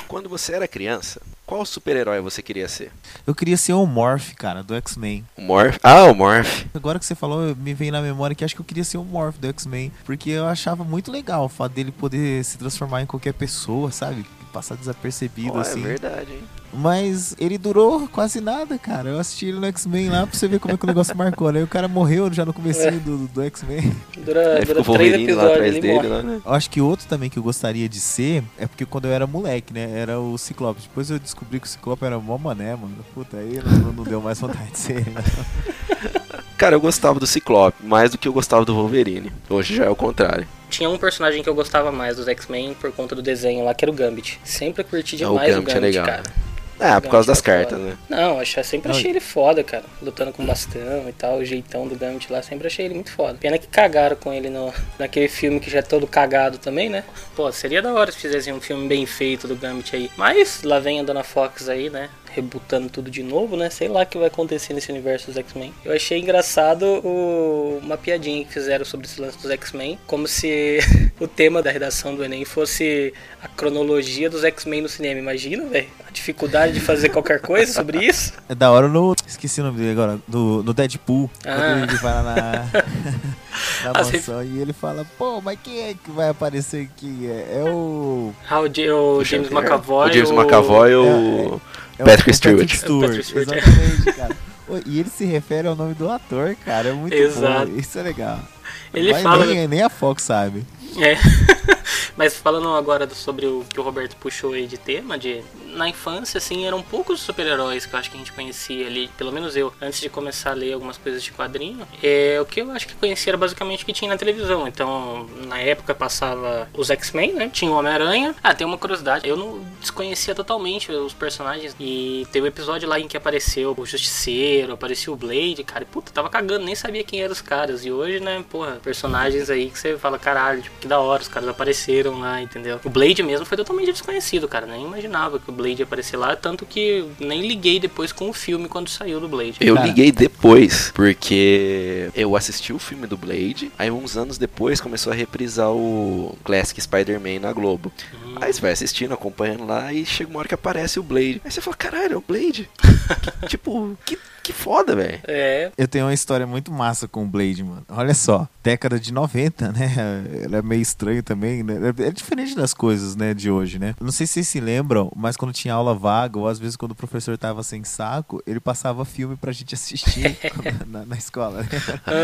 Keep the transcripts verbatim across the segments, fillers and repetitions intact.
Quando você era criança, qual super-herói você queria ser? Eu queria ser o Morph, cara, do X-Men. O Morph? Ah, o Morph. Agora que você falou, me veio na memória que acho que eu queria ser o Morph do X-Men. Porque eu achava muito legal o fato dele poder se transformar em qualquer pessoa, sabe? Passar desapercebido, Oh, assim. É verdade, hein? Mas ele durou quase nada, cara. Eu assisti ele no X-Men lá pra você ver como é que o negócio marcou, né? O cara morreu já no comecinho É. do, do X-Men. Dura, Aí dura ficou o três Wolverine lá episódios atrás ele dele, morre. lá, né? Eu acho que outro também que eu gostaria de ser é porque quando eu era moleque, né? Era o Ciclope. Depois eu descobri que o Ciclope era mó mané, mano. Puta, aí não, não deu mais vontade de ser ele, né? Cara, eu gostava do Ciclope mais do que eu gostava do Wolverine. Hoje já é o contrário. Tinha um personagem que eu gostava mais dos X-Men por conta do desenho lá, que era o Gambit. Sempre curti Ah, o demais o Gambit é Gambit, legal. cara. Ah, por causa das Gambit é cartas, foda. né? Não, achei, sempre Não, achei ele foda, cara. Lutando com bastão e tal, o jeitão do Gambit lá, sempre achei ele muito foda. Pena que cagaram com ele no, naquele filme que já é todo cagado também, né? Pô, seria da hora se fizessem um filme bem feito do Gambit aí. Mas lá vem a Dona Fox aí, né? Rebutando tudo de novo, né? Sei lá o que vai acontecer nesse universo dos X-Men. Eu achei engraçado o... uma piadinha que fizeram sobre esse lance dos X-Men, como se o tema da redação do Enem fosse a cronologia dos X-Men no cinema. Imagina, velho, a dificuldade de fazer qualquer coisa sobre isso. É da hora no... Esqueci o nome dele agora. No, no Deadpool. Ah. Quando ele vai lá na... na Ah, mansão e ele fala, pô, mas quem é que vai aparecer aqui? É, é o... Ah, o, J- o James McAvoy. O James McAvoy e o... É o- Patrick o Stewart. Stewart. Patrick Stewart, é. Exatamente, cara. Ô, e ele se refere ao nome do ator, cara. É muito Exato. bom. Isso é legal. Ele Mas fala... nem, nem a Fox sabe. É. Mas falando agora do- sobre o que o Roberto puxou aí de tema, de na infância, assim, eram poucos super-heróis que eu acho que a gente conhecia ali, pelo menos eu, antes de começar a ler algumas coisas de quadrinho. É, o que eu acho que conhecia era basicamente o que tinha na televisão. Então, na época passava os X-Men, né? Tinha o Homem-Aranha. Ah, tem uma curiosidade, eu não desconhecia totalmente os personagens. E teve um episódio lá em que apareceu o Justiceiro, apareceu o Blade, cara. E puta, tava cagando, nem sabia quem eram os caras. E hoje, né, porra, personagens aí que você fala, caralho, tipo, que da hora, os caras apareceram lá, entendeu? O Blade mesmo foi totalmente desconhecido, cara. Nem imaginava que o Blade ia aparecer lá, tanto que nem liguei depois com o filme quando saiu do Blade. Eu Cara. liguei depois, porque eu assisti o filme do Blade, aí uns anos depois começou a reprisar o Classic Spider-Man na Globo. Hum. Aí você vai assistindo, acompanhando lá, e chega uma hora que aparece o Blade. Aí você fala, caralho, é o Blade? Que- tipo, que, que foda, velho. É, Eu tenho uma história muito massa com o Blade, mano. Olha só, década de noventa, né? Ela é meio estranho também, né? É diferente das coisas, né, de hoje, né? Não sei se vocês se lembram, mas quando tinha aula vaga, ou às vezes quando o professor tava sem saco, ele passava filme pra gente assistir na, na escola, né?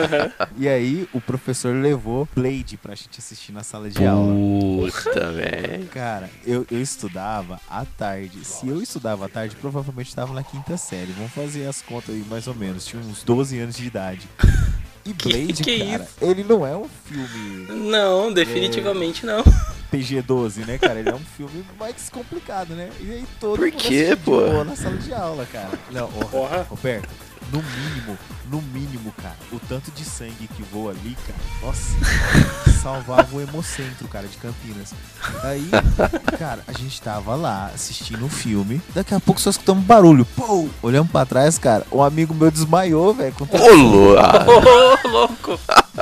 E aí, o professor levou Blade pra gente assistir na sala de aula. Puta, velho. Cara, eu, eu estudava à tarde. Se eu estudava à tarde, provavelmente estava na quinta série. Vamos fazer as contas aí, mais ou menos. Tinha uns doze anos de idade. E Blade, que cara, isso? ele não é um filme não, definitivamente não. P G doze, né, cara? Ele é um filme mais complicado, né? E aí todo Por mundo quê, assistiu de pô? boa na sala de aula, cara. Não, ô, Porra. Roberto, no mínimo, no mínimo, cara, o tanto de sangue que voa ali, cara, nossa, salvava o Hemocentro, cara, de Campinas. Aí, cara, a gente tava lá assistindo o filme, daqui a pouco só escutamos um barulho, pô, olhamos pra trás, cara, um amigo meu desmaiou, velho, com tanto Ô, Lu, ah, Ô, louco.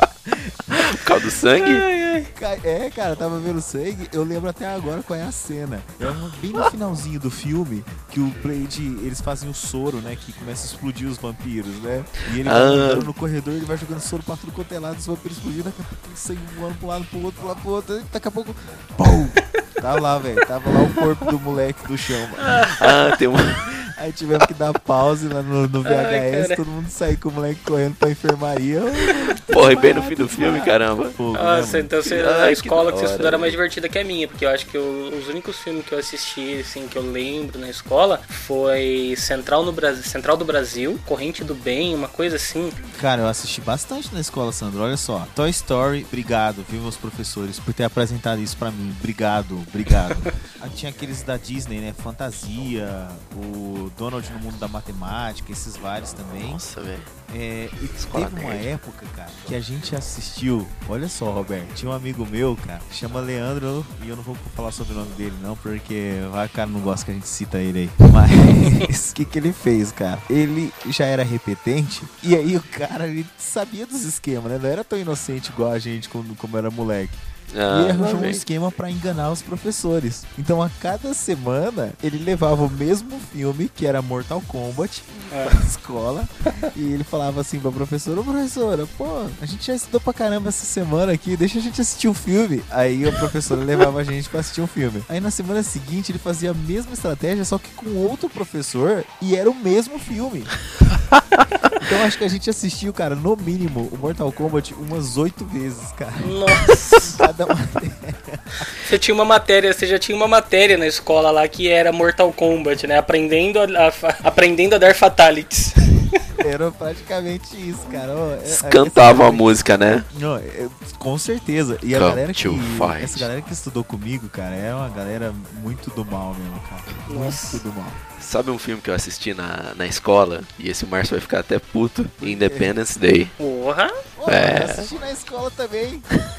por causa do sangue? Ai, ai. Ca- É, cara, tava vendo sangue. Eu lembro até agora qual é a cena. É uma- bem no finalzinho do filme que o Blade, eles fazem o soro, né? Que começa a explodir os vampiros, né? E ele vai Ah. andando no corredor, ele vai jogando soro pra tudo quanto é lado, os vampiros explodindo, daqui a pouco tem sangue voando pro lado, pro outro, pro lado, pro outro, e daqui a pouco. Pum! Tava lá, velho. Tava lá o corpo do moleque do chão, mano. Ah, tem uma... Aí tivemos que dar pause lá no, no V H S, Ai, cara. todo mundo saiu com o moleque correndo pra enfermaria. Porra, e bem no fim do filme, caramba. Fogo, né, Nossa, mano? então você, Ai, a que escola da que você hora, estudou era velho. mais divertida que a minha, porque eu acho que eu- os únicos filmes que eu assisti, assim, que eu lembro na escola foi Central, no Brasil, Central do Brasil, Corrente do Bem, uma coisa assim. Cara, eu assisti bastante na escola, Sandro. Olha só. Toy Story, obrigado, viu, meus professores, por ter apresentado isso pra mim. Obrigado, obrigado. Ah, tinha aqueles da Disney, né? Fantasia, o Donald no Mundo da Matemática, esses vários também. Nossa, velho. É, e Escola teve uma nerd. época, cara, que a gente assistiu. Olha só, Roberto. Tinha um amigo meu, cara, chama Leandro, e eu não vou falar sobre o nome dele, não, porque vai, cara, não gosta que a gente cita ele aí. Mas o que, que ele fez, cara? Ele já era repetente, e aí o cara, ele sabia dos esquemas, né? Não era tão inocente igual a gente quando, como era moleque. Ah, e ele arranjou um bem. esquema pra enganar os professores. Então a cada semana ele levava o mesmo filme, que era Mortal Kombat, É. pra escola. E ele falava assim pra professora: ô professora, pô, a gente já estudou pra caramba essa semana aqui, deixa a gente assistir um filme. Aí a professora levava a gente pra assistir um filme. Aí na semana seguinte ele fazia a mesma estratégia, só que com outro professor, e era o mesmo filme. Então acho que a gente assistiu, cara, no mínimo, o Mortal Kombat umas oito vezes, cara. Nossa. Cada matéria. Você tinha uma matéria, você já tinha uma matéria na escola lá que era Mortal Kombat, né? Aprendendo a, a- aprendendo a dar fatalities. Era praticamente isso, cara. Ó, é- Cantava essa- a música, né? Não, é- com certeza. E a Come galera que. to fight. Essa galera que estudou comigo, cara, é uma galera muito do mal mesmo, cara. Nossa. Muito do mal. Sabe um filme que eu assisti na, na escola? E esse Márcio vai ficar até puto. Independence Day. Porra. Pô, É. eu assisti na escola também.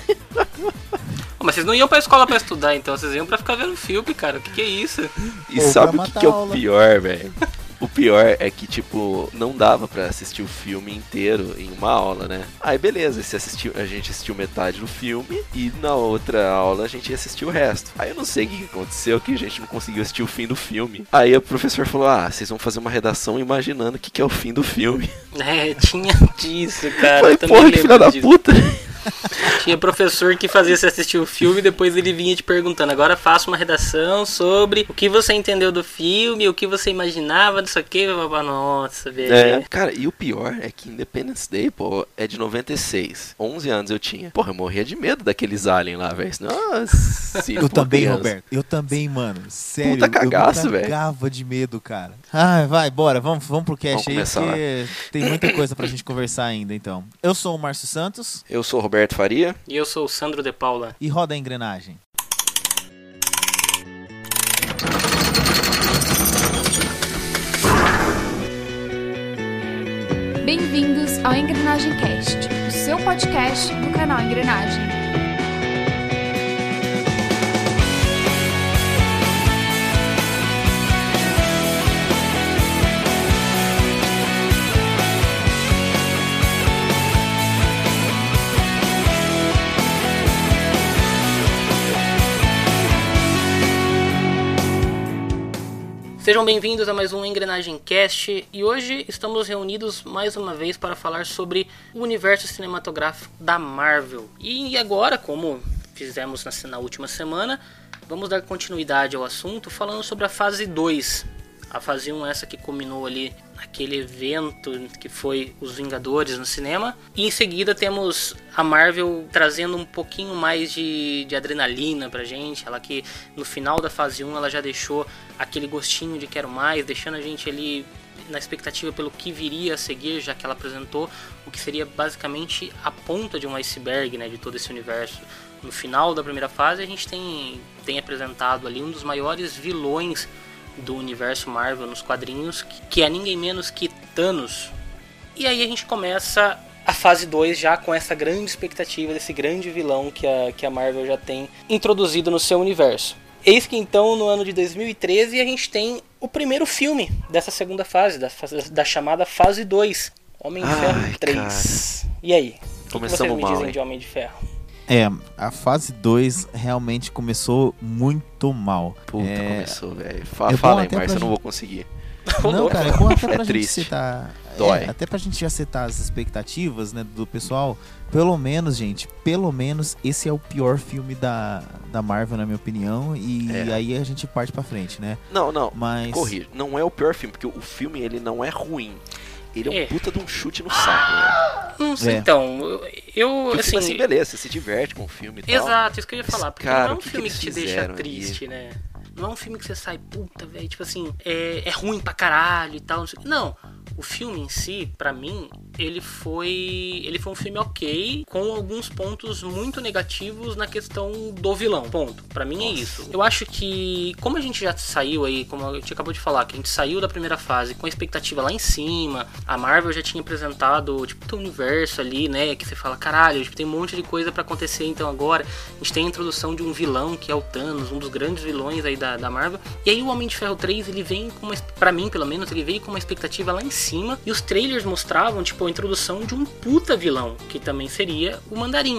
Mas vocês não iam pra escola pra estudar, então. Vocês iam pra ficar vendo filme, cara. O que que é isso? E Ou sabe pra o que, matar que é a o aula. pior, velho? O pior é que, tipo, não dava pra assistir o filme inteiro em uma aula, né? Aí, beleza, você assistiu, a gente assistiu metade do filme e na outra aula a gente ia assistir o resto. Aí eu não sei o que que aconteceu, que a gente não conseguiu assistir o fim do filme. Aí o professor falou, ah, vocês vão fazer uma redação imaginando o que, que é o fim do filme. É, tinha disso, cara. Falei, Eu também porra, que lembro filha da disso. puta. Tinha professor que fazia você assistir o filme e depois ele vinha te perguntando: agora faça uma redação sobre o que você entendeu do filme, o que você imaginava, não sei o que. Nossa, velho. É, cara, e o pior é que Independence Day, pô, é de noventa e seis. onze anos eu tinha. Porra, eu morria de medo daqueles aliens lá, velho. Nossa, Eu também, Roberto. Eu também, mano. Sério. Puta cagaço, eu me velho. cagava de medo, cara. Ah, vai, bora. Vamos, vamos pro cast Vamos aí, começar, porque tem muita coisa pra gente conversar ainda, então. Eu sou o Márcio Santos Eu sou o Roberto Faria. E eu sou o Sandro de Paula. e roda a engrenagem. Bem-vindos ao Engrenagem Cast, o seu podcast do canal Engrenagem. Sejam bem-vindos a mais um Engrenagem Cast e hoje estamos reunidos mais uma vez para falar sobre o universo cinematográfico da Marvel. E agora, como fizemos na, na última semana, vamos dar continuidade ao assunto falando sobre a fase dois. A fase um, essa que culminou ali naquele evento que foi Os Vingadores no cinema. E em seguida temos a Marvel trazendo um pouquinho mais de, de adrenalina pra gente. Ela que no final da fase um ela já deixou aquele gostinho de quero mais, deixando a gente ali na expectativa pelo que viria a seguir, já que ela apresentou o que seria basicamente a ponta de um iceberg, né, de todo esse universo. No final da primeira fase a gente tem, tem apresentado ali um dos maiores vilões do universo Marvel nos quadrinhos, que, que é ninguém menos que Thanos. E aí a gente começa a fase dois já com essa grande expectativa desse grande vilão que a, que a Marvel já tem introduzido no seu universo. Eis que então no ano de dois mil e treze a gente tem o primeiro filme dessa segunda fase, da, da chamada fase dois, Homem de Ai, Ferro três. E aí? O que Começamos vocês me mal, dizem hein? de Homem de Ferro? É, a fase dois realmente começou muito mal. Puta, é... começou, velho. Fala, é bom fala aí, até Márcio, pra eu não gente- vou conseguir. Não, cara, é bom até pra É gente triste. setar. Dói. É, até pra gente já setar as expectativas, né, do pessoal. Pelo menos, gente, pelo menos esse é o pior filme da, da Marvel, na minha opinião. E É. aí a gente parte pra frente, né? Não, não, Mas. corrija. Não é o pior filme, porque o filme ele não é ruim. Ele é um É. puta de um chute no saco, velho. Não sei, É. então, eu, eu Porque o assim... filme, assim, beleza, você se diverte com o filme e tal. Exato, isso que eu ia falar, porque Cara, não é o um que filme que que, te eles deixa fizeram triste, né? Não é um filme que você sai, puta, velho, tipo assim, é, é ruim pra caralho e tal, não sei o quê. Não, o filme em si, pra mim, ele foi ele foi um filme ok, com alguns pontos muito negativos na questão do vilão, ponto. Pra mim é isso. Eu acho que, como a gente já saiu aí, como a gente acabou de falar, que a gente saiu da primeira fase com a expectativa lá em cima, a Marvel já tinha apresentado, tipo, o universo ali, né, que você fala, caralho, tipo, tem um monte de coisa pra acontecer, então agora a gente tem a introdução de um vilão, que é o Thanos, um dos grandes vilões aí da, da Marvel, e aí o Homem de Ferro três, ele vem com uma, pra mim pelo menos, ele veio com uma expectativa lá em cima, e os trailers mostravam, tipo, a introdução de um puta vilão, que também seria o Mandarim.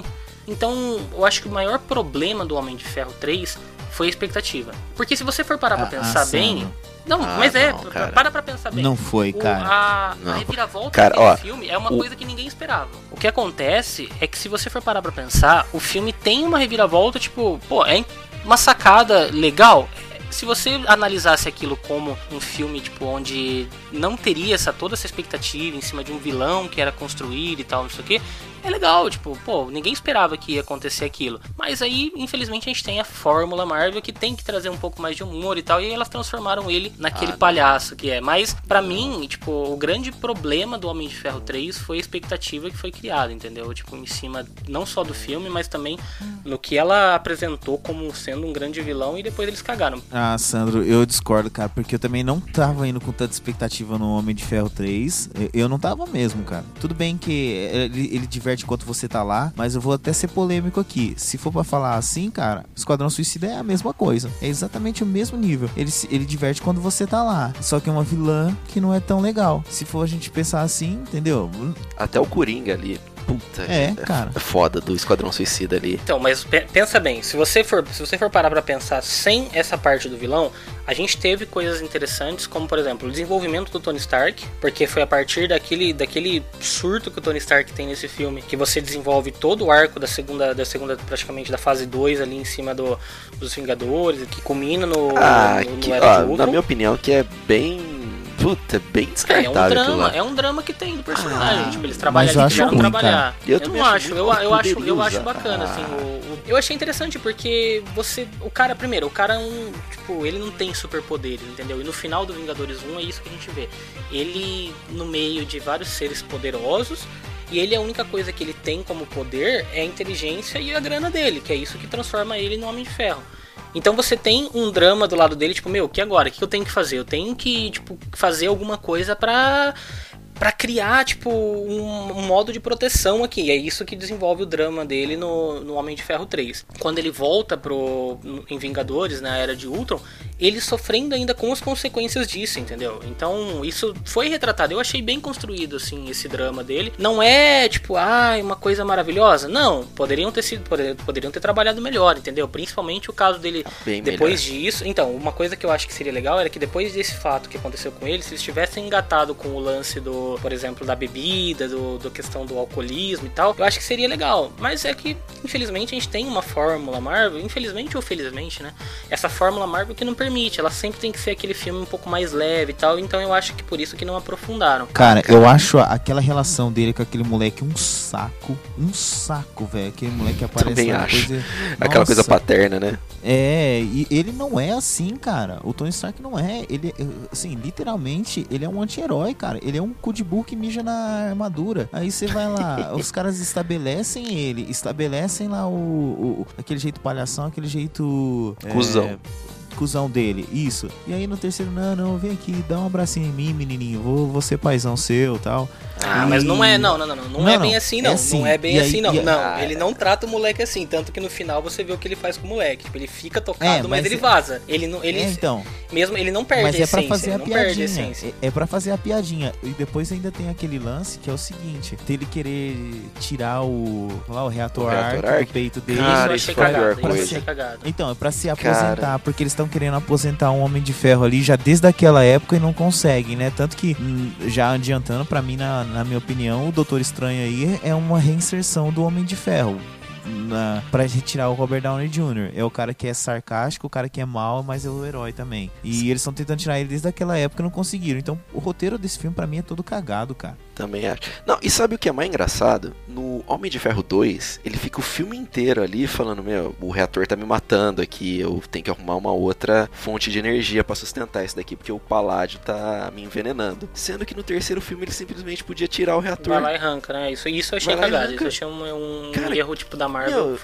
Então, eu acho que o maior problema do Homem de Ferro três foi a expectativa. Porque se você for parar pra Ah, pensar ah, bem... Sandro. Não, Ah, mas é, não, cara. para pra pensar bem. Não foi, O- cara. a, Não. a reviravolta Cara, daquele ó, filme é uma o- coisa que ninguém esperava. O que acontece é que se você for parar pra pensar, o filme tem uma reviravolta, tipo, pô, é uma sacada legal. Se você analisasse aquilo como um filme, tipo, onde não teria essa, toda essa expectativa em cima de um vilão que era construído e tal, não sei o que, é legal, tipo, pô, ninguém esperava que ia acontecer aquilo. Mas aí, infelizmente, a gente tem a fórmula Marvel que tem que trazer um pouco mais de humor e tal, e aí elas transformaram ele naquele Ah, palhaço que é. Mas, pra mim, tipo, o grande problema do Homem de Ferro três foi a expectativa que foi criada, entendeu? Tipo, em cima não só do filme, mas também no que ela apresentou como sendo um grande vilão, e depois eles cagaram. Ah, Sandro, eu discordo, cara, porque eu também não tava indo com tanta expectativa no Homem de Ferro três. Eu não tava mesmo, cara. Tudo bem que ele, ele diverte enquanto você tá lá, mas eu vou até ser polêmico aqui. Se for pra falar assim, cara, Esquadrão Suicida é a mesma coisa. É exatamente o mesmo nível. Ele, se- ele diverte quando você tá lá. Só que é uma vilã que não é tão legal. Se for a gente pensar assim, entendeu? Até o Coringa ali. Puta, É, cara. é foda do Esquadrão Suicida ali. Então, mas pe- pensa bem, se você for, se você for parar pra pensar sem essa parte do vilão, a gente teve coisas interessantes, como por exemplo, o desenvolvimento do Tony Stark, porque foi a partir daquele, daquele surto que o Tony Stark tem nesse filme, que você desenvolve todo o arco da segunda, da segunda praticamente da fase dois ali em cima do, dos Vingadores, que culmina no, Ah, no, no que, Era ó, de na Ultron. minha opinião, que é bem... Puta, bem É, é um descartável aquilo drama, lá. é um drama que tem do personagem. Ah, tipo, eles trabalham mas eu ali, acho quiseram ruim, trabalhar. Eu Eu, também não acho acho, muito eu, mal, eu acho, poderia eu acho usar. bacana, assim. Ah. O, o- eu achei interessante porque você. O cara, primeiro, o cara é um. Tipo, ele não tem superpoderes, entendeu? E no final do Vingadores um é isso que a gente vê. Ele, no meio de vários seres poderosos. E ele, a única coisa que ele tem como poder é a inteligência e a grana dele, que é isso que transforma ele no Homem de Ferro. Então você tem um drama do lado dele, tipo, meu, que agora? O que eu tenho que fazer? Eu tenho que, tipo, fazer alguma coisa pra... pra criar, tipo, um, um modo de proteção aqui. E é isso que desenvolve o drama dele no, no Homem de Ferro três. Quando ele volta pro, em Vingadores, na Era de Ultron, ele sofrendo ainda com as consequências disso, entendeu? Então, isso foi retratado. Eu achei bem construído, assim, esse drama dele. Não é, tipo, ah, uma coisa maravilhosa. Não, poderiam ter sido, poder- poderiam ter trabalhado melhor, entendeu? Principalmente o caso dele Bem depois melhor. disso. Então, uma coisa que eu acho que seria legal era que depois desse fato que aconteceu com ele, se eles tivessem engatado com o lance do, por exemplo, da bebida, do, do questão do alcoolismo e tal, eu acho que seria legal. Mas é que, infelizmente, a gente tem uma fórmula Marvel, infelizmente ou felizmente, né? Essa fórmula Marvel que não permite, ela sempre tem que ser aquele filme um pouco mais leve e tal, então eu acho que por isso que não aprofundaram. Cara, eu acho aquela relação dele com aquele moleque um saco. Um saco, velho. Aquele moleque aparece Também uma acho. coisa... Aquela Nossa. coisa paterna, né? É, e ele não é assim, cara. O Tony Stark não é. Ele, assim, literalmente, ele é um anti-herói, cara. Ele é um cu de burro que mija na armadura. Aí você vai lá, os caras estabelecem ele, estabelecem lá o, o- aquele jeito palhação, aquele jeito... é, Cusão. cuzão dele, isso. E aí no terceiro, não, não, vem aqui, dá um abracinho em mim, menininho. Vou, vou ser paizão seu e tal. Ah, E- mas não é, não, não, não, não, não, Não, é não, bem assim, é não. assim. Não é bem E aí- assim, não. e- Não, Ah, ele não trata o moleque assim, tanto que no final você vê o que ele faz com o moleque. Tipo, ele fica tocado, É, mas, mas ele é- vaza. Ele não, ele É, então. mesmo, ele não perde Mas a é pra essência, fazer ele a não perde a piadinha. essência. É, é pra fazer a piadinha. E depois ainda tem aquele lance que é o seguinte: dele querer tirar o, lá, o reator, O reator arc arc? do peito dele. Isso Cara, eu isso achei foi a cagado, pior isso eu coisa. achei cagado. Então, é pra se Cara. aposentar, porque eles estão querendo aposentar um Homem de Ferro ali já desde aquela época e não conseguem, né? Tanto que, hum, já adiantando, pra mim, na, na minha opinião, o Doutor Estranho aí é uma reinserção do Homem de Ferro. Na, pra retirar o Robert Downey júnior É o cara que é sarcástico, o cara que é mau, mas é o herói também. E eles estão tentando tirar ele desde aquela época e não conseguiram. Então, o roteiro desse filme, pra mim, é todo cagado, cara. Também acho. Não, e sabe o que é mais engraçado? No Homem de Ferro dois, ele fica o filme inteiro ali falando, meu, o reator tá me matando aqui, eu tenho que arrumar uma outra fonte de energia pra sustentar isso daqui, porque o paládio tá me envenenando. Sendo que no terceiro filme ele simplesmente podia tirar o reator. Vai lá e arranca, né? Isso, isso eu achei Vai lá e cagado. Isso arranca. eu achei um, um Cara, erro tipo da Marvel meu, foda.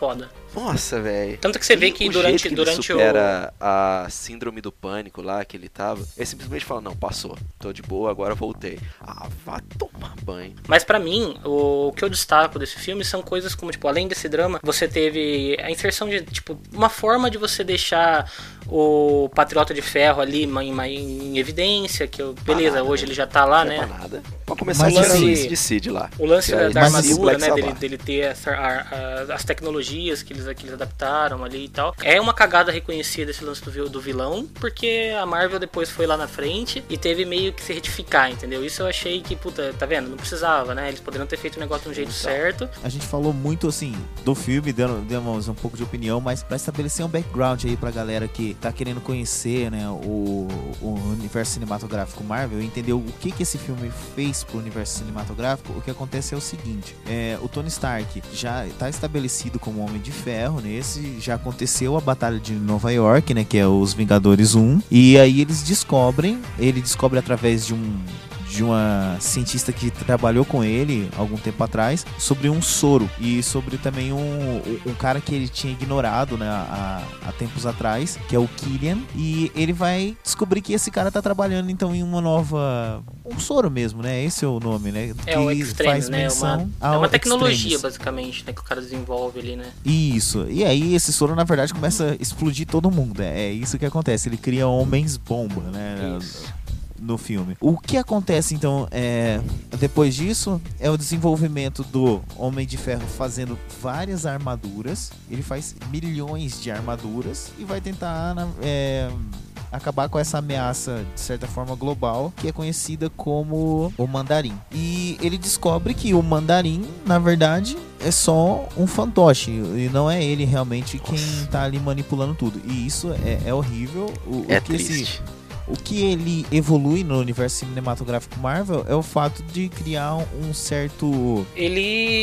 Nossa, velho. Tanto que você vê E que o durante, jeito que durante ele supera o... a síndrome do pânico lá que ele tava, ele simplesmente fala, não, passou, tô de boa, agora voltei. Ah, vá tomar banho. Mas pra mim, o, o que eu destaco desse filme são coisas como, tipo, além desse drama, você teve a inserção de, tipo, uma forma de você deixar o Patriota de Ferro ali em, em evidência, que eu, beleza, nada, hoje né? ele já tá lá, não né? É pra nada. Pra começar Mas a tirar assim, esse de Cid lá. O lance da, da Mas armadura, assim, né, Black dele, dele ter essa, a, a, as tecnologias que eles, que eles adaptaram ali e tal. É uma cagada reconhecida esse lance do, do vilão, porque a Marvel depois foi lá na frente e teve meio que se retificar, entendeu? Isso eu achei que, puta, tá vendo? Não precisava, né? Eles poderiam ter feito o negócio de um jeito então, certo. A gente falou muito, assim, do filme, demos um pouco de opinião, mas pra estabelecer um background aí pra galera que tá querendo conhecer, né, o, o universo cinematográfico Marvel, entender o que que esse filme fez pro universo cinematográfico, o que acontece é o seguinte, é, o Tony Stark já tá estabelecido como Homem de Ferro nesse, já aconteceu a Batalha de Nova York, né, que é os Vingadores um, e aí eles descobrem, ele descobre através de um de uma cientista que trabalhou com ele algum tempo atrás, sobre um soro e sobre também um, um cara que ele tinha ignorado, né, há, há tempos atrás, que é o Killian, e ele vai descobrir que esse cara tá trabalhando então em uma nova... um soro mesmo, né? Esse é o nome, né? É que o Extremes, né? Uma, é uma tecnologia, Extremes. basicamente, né? Que o cara desenvolve ali, né? Isso. E aí esse soro, na verdade, começa a explodir todo mundo. É, é isso que acontece. Ele cria homens-bomba, né? Isso. No filme. O que acontece então é, depois disso é o desenvolvimento do Homem de Ferro fazendo várias armaduras. Ele faz milhões de armaduras e vai tentar é, acabar com essa ameaça de certa forma global, que é conhecida como o Mandarim. E ele descobre que o Mandarim, na verdade, é só um fantoche e não é ele realmente quem tá ali manipulando tudo. E isso é, é horrível. O, é o que triste. Esse, O que ele evolui no universo cinematográfico Marvel é o fato de criar um certo... Ele,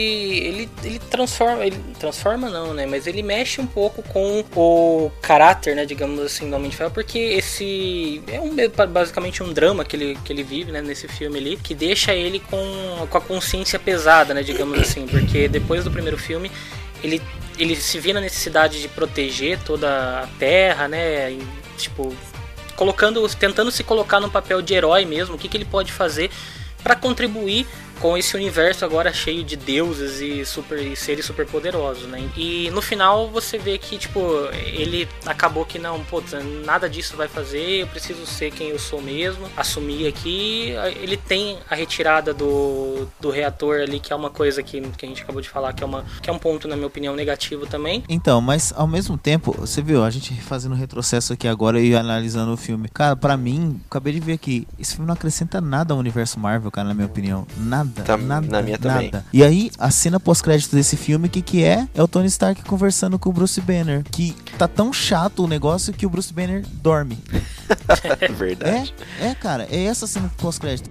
ele, ele transforma, ele transforma não, né? Mas ele mexe um pouco com o caráter, né? Digamos assim, do Homem de Ferro, porque esse é um, basicamente um drama que ele, que ele vive, né? Nesse filme ali, que deixa ele com, com a consciência pesada, né? Digamos assim, porque depois do primeiro filme ele, ele se vê na necessidade de proteger toda a Terra, né? E, tipo... colocando, tentando se colocar no papel de herói mesmo, o que, que ele pode fazer para contribuir com esse universo agora cheio de deuses e, super, e seres super poderosos, né? E no final você vê que, tipo, ele acabou que não, pô, nada disso vai fazer, eu preciso ser quem eu sou mesmo, assumir aqui. Ele tem a retirada do, do reator ali, que é uma coisa que, que a gente acabou de falar, que é, uma, que é um ponto, na minha opinião, negativo também. Então, mas ao mesmo tempo, você viu, a gente fazendo retrocesso aqui agora e analisando o filme. Cara, pra mim, acabei de ver aqui, esse filme não acrescenta nada ao universo Marvel, cara, na minha opinião. Nada. Tá, nada, na minha nada. também. E aí, a cena pós-crédito desse filme, o que que é? É o Tony Stark conversando com o Bruce Banner, que tá tão chato o negócio que o Bruce Banner dorme. Verdade. É, é, cara, é essa cena pós-crédito.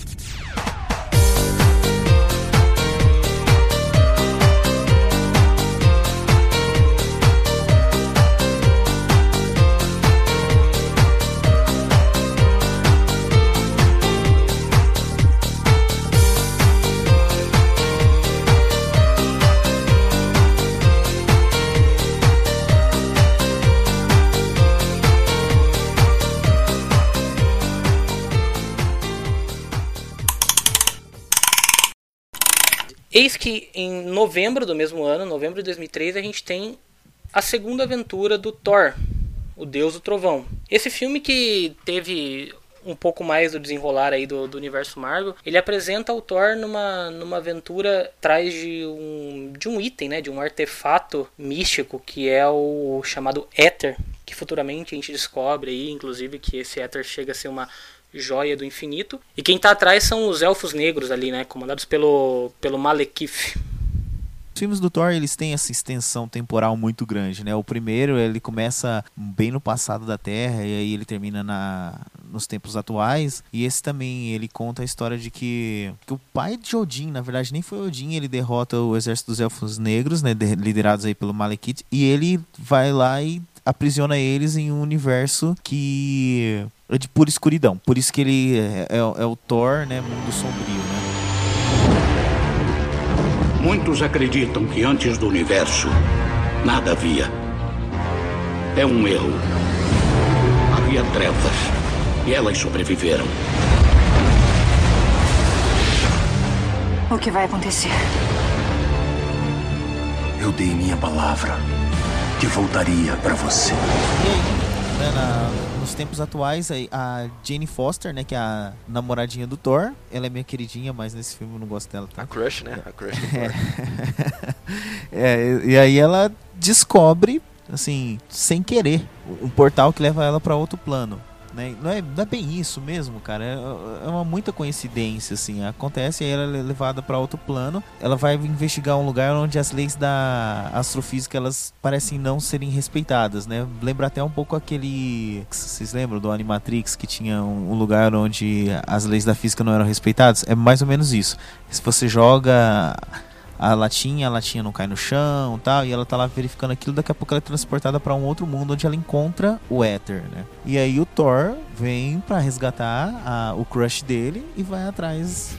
Eis que em novembro do mesmo ano, novembro de dois mil e três, a gente tem a segunda aventura do Thor, o Deus do Trovão. Esse filme que teve um pouco mais do desenrolar aí do, do universo Marvel, ele apresenta o Thor numa, numa aventura atrás de um, de um item, né, de um artefato místico que é o chamado Éter, que futuramente a gente descobre aí, inclusive, que esse Éter chega a ser uma joia do infinito. E quem tá atrás são os elfos negros ali, né, comandados pelo, pelo Malekith. Os filmes do Thor, eles têm essa extensão temporal muito grande, né? O primeiro, ele começa bem no passado da Terra e aí ele termina na, nos tempos atuais. E esse também, ele conta a história de que, que o pai de Odin, na verdade nem foi Odin, ele derrota o exército dos Elfos Negros, né? De, liderados aí pelo Malekith. E ele vai lá e aprisiona eles em um universo que é de pura escuridão. Por isso que ele é, é, é o Thor, né? Mundo sombrio, né? Muitos acreditam que antes do universo Nada havia. É um erro. Havia trevas e elas sobreviveram. O que vai acontecer? Eu dei minha palavra que voltaria pra você. E aí, né, na, nos tempos atuais, a Jane Foster, né, que é a namoradinha do Thor, ela é minha queridinha, mas nesse filme eu não gosto dela. Tá? A crush, né? A crush do Thor. É, e aí ela descobre, assim, sem querer, um portal que leva ela pra outro plano. Né? Não, é, não é bem isso mesmo, cara. É, é uma muita coincidência, assim. Acontece, aí ela é levada para outro plano. Ela vai investigar um lugar onde as leis da astrofísica elas parecem não serem respeitadas, né? Lembra até um pouco aquele... Vocês lembram do Animatrix, que tinha um, um lugar onde as leis da física não eram respeitadas? É mais ou menos isso. Se você joga a latinha, a latinha não cai no chão, tal, e ela tá lá verificando aquilo, daqui a pouco ela é transportada para um outro mundo onde ela encontra o éter, né? E aí o Thor vem para resgatar a, o crush dele e vai atrás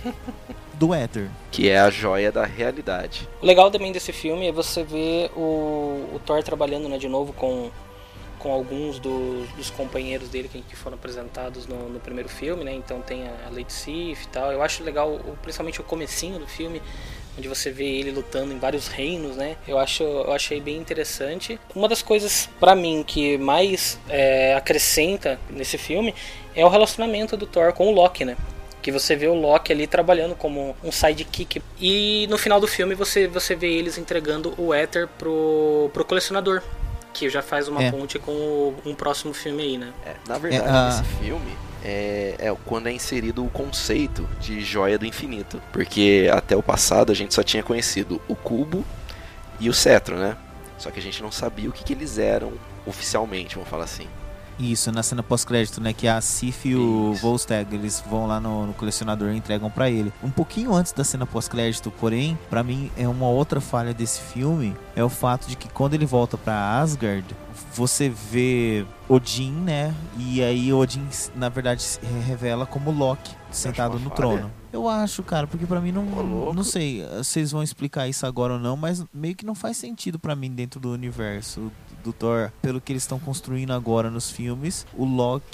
do éter. Que é a joia da realidade. O legal também desse filme é você ver o, o Thor trabalhando, né, de novo com, com alguns do, dos companheiros dele que, que foram apresentados no, no primeiro filme, né? Então tem a Lady Sif e tal. Eu acho legal, principalmente o comecinho do filme, onde você vê ele lutando em vários reinos, né? Eu acho, eu achei bem interessante. Uma das coisas, pra mim, que mais é, acrescenta nesse filme é o relacionamento do Thor com o Loki, né? Que você vê o Loki ali trabalhando como um sidekick. E no final do filme você, você vê eles entregando o éter pro, pro colecionador, que já faz uma é. ponte com o, um próximo filme aí, né? É, na verdade, é, uh... nesse filme... É, é quando é inserido o conceito de joia do infinito. Porque até o passado a gente só tinha conhecido o cubo e o cetro, né? Só que a gente não sabia o que, que eles eram oficialmente, vamos falar assim. Isso, na cena pós-crédito, né? Que a Sif e o Volstagg, eles vão lá no, no colecionador e entregam pra ele. Um pouquinho antes da cena pós-crédito, porém, pra mim é uma outra falha desse filme, é o fato de que quando ele volta pra Asgard, você vê Odin, né? E aí Odin, na verdade, se revela como Loki, sentado no trono. Eu acho, cara, porque pra mim não... Oh, não sei, vocês vão explicar isso agora ou não, mas meio que não faz sentido pra mim dentro do universo do Thor. Pelo que eles estão construindo agora nos filmes, o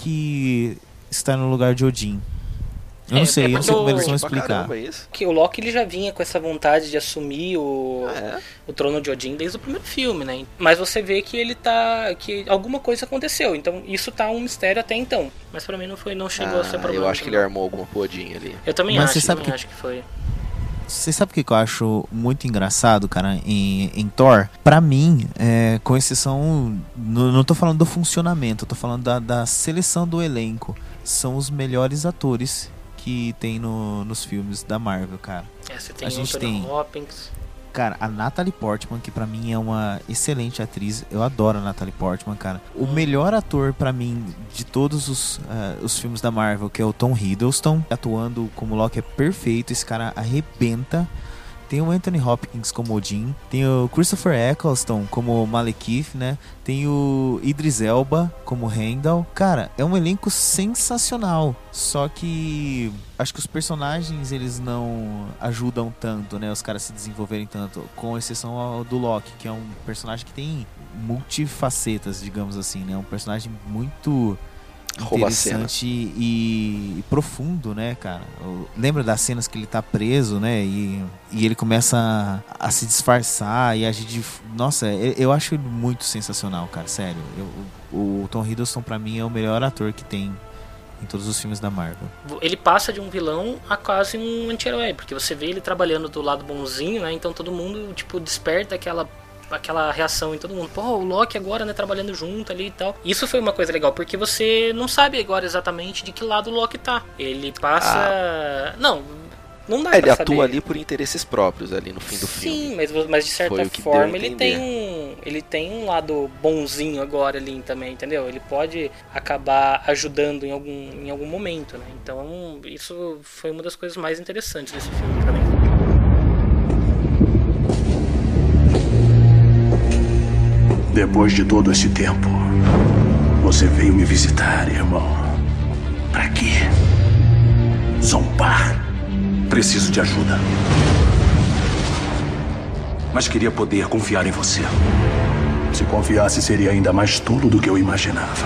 Loki está no lugar de Odin. Eu não É, sei, é eu não sei como porque eles vão o- explicar. Caramba, é isso? Que o Loki ele já vinha com essa vontade de assumir o, Ah, é? o trono de Odin desde o primeiro filme, né? Mas você vê que ele tá... que alguma coisa aconteceu. Então isso tá um mistério até então. Mas pra mim não foi, não chegou a ser Ah, problema. eu acho que ele não. armou alguma podinha ali. Eu também Mas acho, você sabe também que- acho que foi. Você sabe o que que eu acho muito engraçado, cara, em, em Thor? Pra mim, é, com exceção... Não, não tô falando do funcionamento, eu tô falando da, da seleção do elenco. São os melhores atores que tem no, nos filmes da Marvel, cara. É, você tem A o gente Anthony tem- Hopkins. Cara, a Natalie Portman, que pra mim é uma excelente atriz, eu adoro a Natalie Portman, cara. O melhor ator pra mim de todos os, ah, os filmes da Marvel, que é o Tom Hiddleston, atuando como Loki, é perfeito, esse cara arrebenta. Tem o Anthony Hopkins como Odin, tem o Christopher Eccleston como Malekith, né? Tem o Idris Elba como Heimdall. Cara, é um elenco sensacional. Só que acho que os personagens eles não ajudam tanto, né? Os caras se desenvolverem tanto, com exceção ao do Loki, que é um personagem que tem multifacetas, digamos assim, né? Um personagem muito Rouba a cena. interessante e, e profundo, né, cara? O- Lembra das cenas que ele tá preso, né? E, e ele começa a, a se disfarçar e agir de... Nossa, eu, eu acho ele muito sensacional, cara, sério. Eu- o, o Tom Hiddleston, pra mim, é o melhor ator que tem em todos os filmes da Marvel. Ele passa de um vilão a quase um anti-herói, porque você vê ele trabalhando do lado bonzinho, né? Então todo mundo, tipo, desperta aquela... aquela reação em todo mundo, pô, o Loki agora, né, trabalhando junto ali e tal. Isso foi uma coisa legal, porque você não sabe agora exatamente de que lado o Loki tá. Ele passa... Não, não dá Ah, ele pra atua saber. ali por interesses próprios ali no fim do Sim, filme. mas, mas de certa Foi o que deu forma a ele entender. tem um ele tem um lado bonzinho agora ali também, entendeu? Ele pode acabar ajudando em algum, em algum momento, né? Então isso foi uma das coisas mais interessantes desse filme pra mim. Depois de todo esse tempo, você veio me visitar, irmão. Pra quê? Zombar. Preciso de ajuda. Mas queria poder confiar em você. Se confiasse, seria ainda mais tolo do que eu imaginava.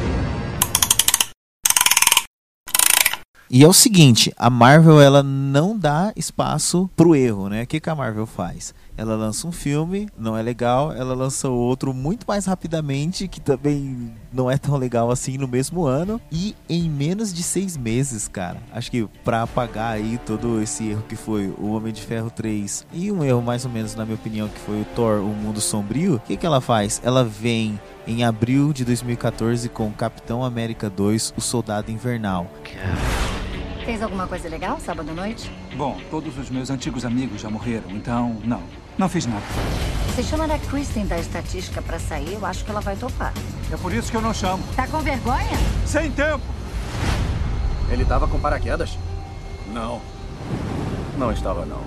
E é o seguinte, a Marvel, ela não dá espaço pro erro, né? O que, que a Marvel faz? Ela lança um filme, não é legal, ela lança outro muito mais rapidamente, que também não é tão legal assim no mesmo ano. E em menos de seis meses, cara, acho que pra apagar aí todo esse erro que foi o Homem de Ferro três e um erro mais ou menos, na minha opinião, que foi o Thor, o Mundo Sombrio, o que, que ela faz? Ela vem em abril de dois mil e catorze com Capitão América dois, o Soldado Invernal. Fez alguma coisa legal sábado à noite? Bom, todos os meus antigos amigos já morreram, então não. Não fiz nada. Se chamar a Kristen da estatística pra sair, eu acho que ela vai topar. É por isso que eu não chamo. Tá com vergonha? Sem tempo! Ele tava com paraquedas? Não. Não estava, não.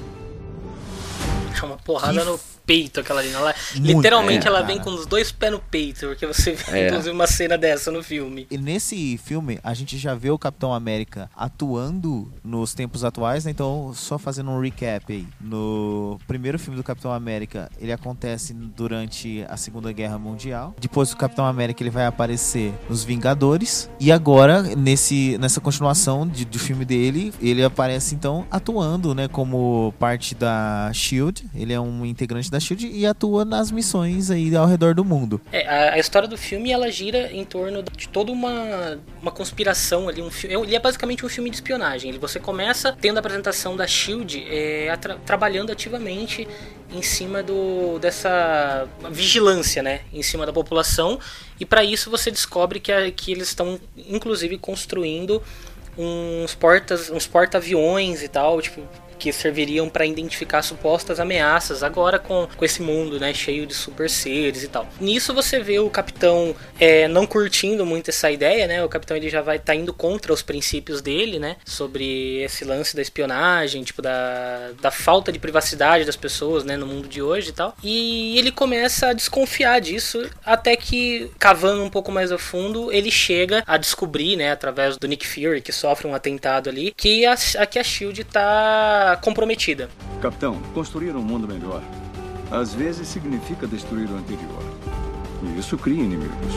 É uma porrada Que no peito aquela ali. Ela, Muito, literalmente é, ela cara. vem com os dois pés no peito, porque você vê É. inclusive uma cena dessa no filme. E nesse filme, a gente já vê o Capitão América atuando nos tempos atuais, né? Então, só fazendo um recap aí. No primeiro filme do Capitão América, ele acontece durante a Segunda Guerra Mundial. Depois do Capitão América, ele vai aparecer nos Vingadores. E agora, nesse, nessa continuação de, do filme dele, ele aparece, então, atuando, né? Como parte da SHIELD. Ele é um integrante da SHIELD e atua nas missões aí ao redor do mundo. É, a, a história do filme, ela gira em torno de toda uma, uma conspiração ali. Um fi- ele é basicamente um filme de espionagem. Ele, você começa tendo a apresentação da SHIELD é, atra- trabalhando ativamente em cima do, dessa vigilância, né? Em cima da população. E para isso você descobre que, a, que eles estão, inclusive, construindo uns portas, uns porta-aviões e tal, tipo, que serviriam para identificar supostas ameaças agora com, com esse mundo, né, cheio de super seres e tal. Nisso você vê o Capitão é, não curtindo muito essa ideia, né? O Capitão ele já vai estar tá indo contra os princípios dele, né? Sobre esse lance da espionagem, tipo da, da falta de privacidade das pessoas, né, no mundo de hoje e tal. E ele começa a desconfiar disso, até que, cavando um pouco mais a fundo, ele chega a descobrir, né, através do Nick Fury, que sofre um atentado ali, que a, a, que a SHIELD tá comprometida. Capitão, construir um mundo melhor às vezes significa destruir o anterior. E isso cria inimigos.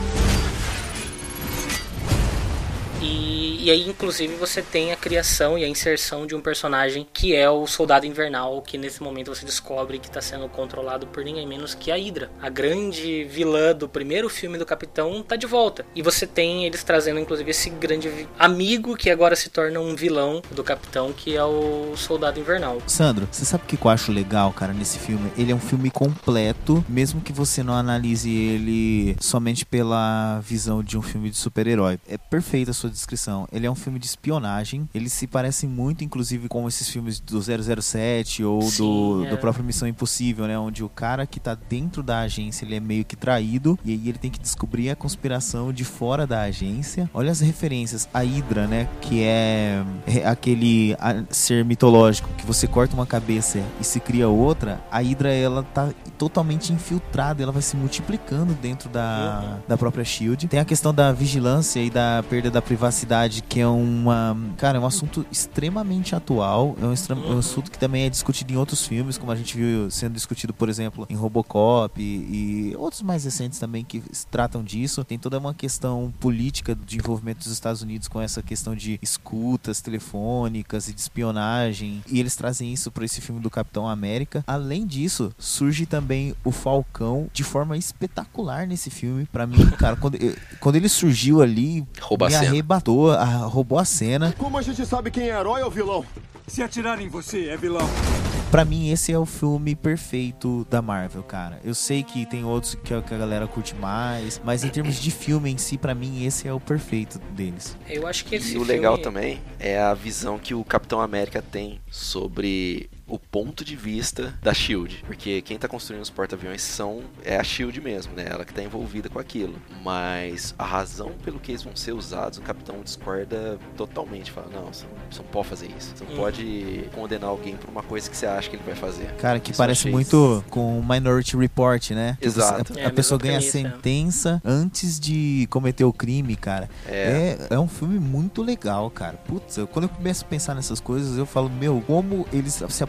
E, e aí, inclusive, você tem a criação e a inserção de um personagem que é o Soldado Invernal, que nesse momento você descobre que está sendo controlado por ninguém menos que a Hydra. A grande vilã do primeiro filme do Capitão tá de volta. E você tem eles trazendo, inclusive, esse grande amigo que agora se torna um vilão do Capitão, que é o Soldado Invernal. Sandro, você sabe o que eu acho legal, cara, nesse filme? Ele é um filme completo, mesmo que você não analise ele somente pela visão de um filme de super-herói. É perfeita a sua descrição. Ele é um filme de espionagem. Ele se parece muito, inclusive, com esses filmes do zero zero sete ou Sim, do, é. do próprio Missão Impossível, né? Onde o cara que tá dentro da agência, ele é meio que traído e aí ele tem que descobrir a conspiração de fora da agência. Olha as referências. A Hydra, né? Que é, é aquele a, ser mitológico que você corta uma cabeça e se cria outra. A Hydra, ela tá totalmente infiltrada. Ela vai se multiplicando dentro da, Uhum. da própria SHIELD. Tem a questão da vigilância e da perda da privacidade, que é uma... Cara, é um assunto extremamente atual. É um, extra, é um assunto que também é discutido em outros filmes, como a gente viu sendo discutido, por exemplo, em Robocop e, e outros mais recentes também que tratam disso. Tem toda uma questão política de envolvimento dos Estados Unidos com essa questão de escutas telefônicas e de espionagem. E eles trazem isso para esse filme do Capitão América. Além disso, surge também o Falcão de forma espetacular nesse filme. Pra mim, cara, quando, quando ele surgiu ali, Rouba a me cena. arrebatou, a, roubou a cena. Como a gente sabe quem é herói ou vilão? Se atirar em você, é vilão. Pra mim, esse é o filme perfeito da Marvel, cara. Eu sei que tem outros que a que a galera curte mais, mas em termos de filme em si, pra mim, esse é o perfeito deles. Eu acho que esse E o filme... legal também é a visão que o Capitão América tem sobre o ponto de vista da SHIELD, porque quem tá construindo os porta-aviões são é a SHIELD mesmo, né? Ela que tá envolvida com aquilo. Mas a razão pelo que eles vão ser usados, o Capitão discorda totalmente, fala: "Não, você não, você não pode fazer isso. Você não Hum. pode condenar alguém por uma coisa que você acha que ele vai fazer." Cara, que Isso parece eu achei- muito com Minority Report, né? Que Exato. você- É a, a a pessoa mesma ganha a premissa. sentença antes de cometer o crime, cara. É. É, é um filme muito legal, cara. Putz, eu- quando eu começo a pensar nessas coisas, eu falo, meu, como eles se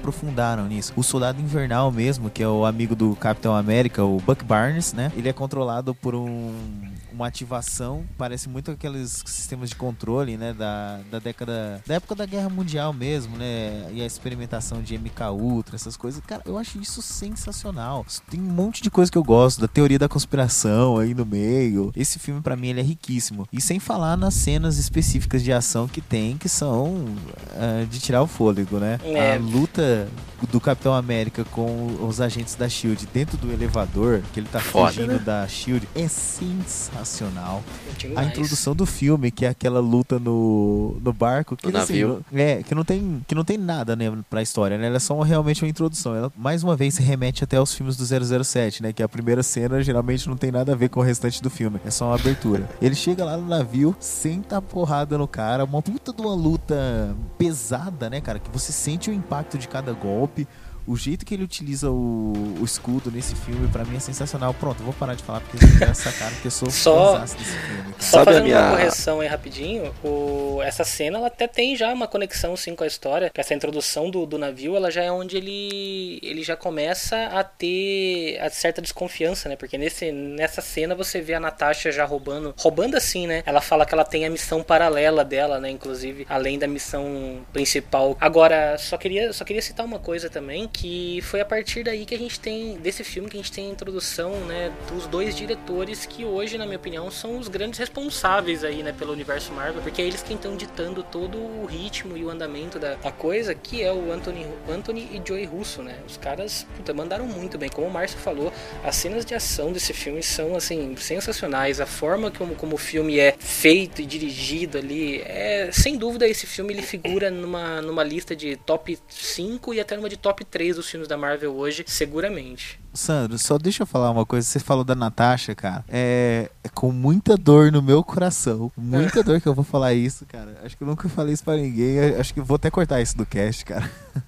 aprofundaram nisso. O Soldado Invernal mesmo, que é o amigo do Capitão América, o Buck Barnes, né? Ele é controlado por um... uma ativação, parece muito aqueles sistemas de controle, né, da, da década, da época da Guerra Mundial mesmo, né, e a experimentação de M K Ultra, essas coisas, cara, eu acho isso sensacional. Tem um monte de coisa que eu gosto, da teoria da conspiração aí no meio. Esse filme, pra mim, ele é riquíssimo. E sem falar nas cenas específicas de ação que tem, que são uh, de tirar o fôlego, né? É. A luta do Capitão América com os agentes da SHIELD dentro do elevador, que ele tá Foda, fugindo né? da SHIELD, é sensacional. A introdução do filme, que é aquela luta no, no barco, que, no assim, navio. É, que não tem, que não tem nada, né, pra história, né? Ela é só uma, realmente uma introdução. Ela, mais uma vez, se remete até aos filmes do zero zero sete, né? Que a primeira cena geralmente não tem nada a ver com o restante do filme. É só uma abertura. Ele chega lá no navio, senta a porrada no cara, uma puta de uma luta pesada, né, cara? Que você sente o impacto de cada golpe. O jeito que ele utiliza o, o escudo nesse filme, pra mim, é sensacional. Pronto, eu vou parar de falar porque vocês já sacaram que eu sou só, fãzaço desse filme. Cara. Só Sabe fazendo minha... uma correção aí rapidinho, o, essa cena ela até tem já uma conexão sim com a história, que essa introdução do, do navio, ela já é onde ele, ele já começa a ter a certa desconfiança, né? Porque nesse, nessa cena você vê a Natasha já roubando, roubando assim, né? Ela fala que ela tem a missão paralela dela, né? Inclusive, além da missão principal. Agora, só queria, só queria citar uma coisa também, que foi a partir daí que a gente tem, desse filme, que a gente tem a introdução, né, dos dois diretores que hoje, na minha opinião, são os grandes responsáveis aí, né, pelo universo Marvel, porque é eles quem estão ditando todo o ritmo e o andamento da, da coisa, que é o Anthony, Anthony e Joey Russo, né, os caras, puta, mandaram muito bem, como o Márcio falou, as cenas de ação desse filme são, assim, sensacionais, a forma como, como o filme é feito e dirigido ali, é, sem dúvida, esse filme, ele figura numa, numa lista de top cinco e até numa de top três dos filmes da Marvel hoje, seguramente. Sandro, só deixa eu falar uma coisa. Você falou da Natasha, cara. É, é com muita dor no meu coração. Muita dor que eu vou falar isso, cara. Acho que eu nunca falei isso pra ninguém. Acho que eu vou até cortar isso do cast, cara.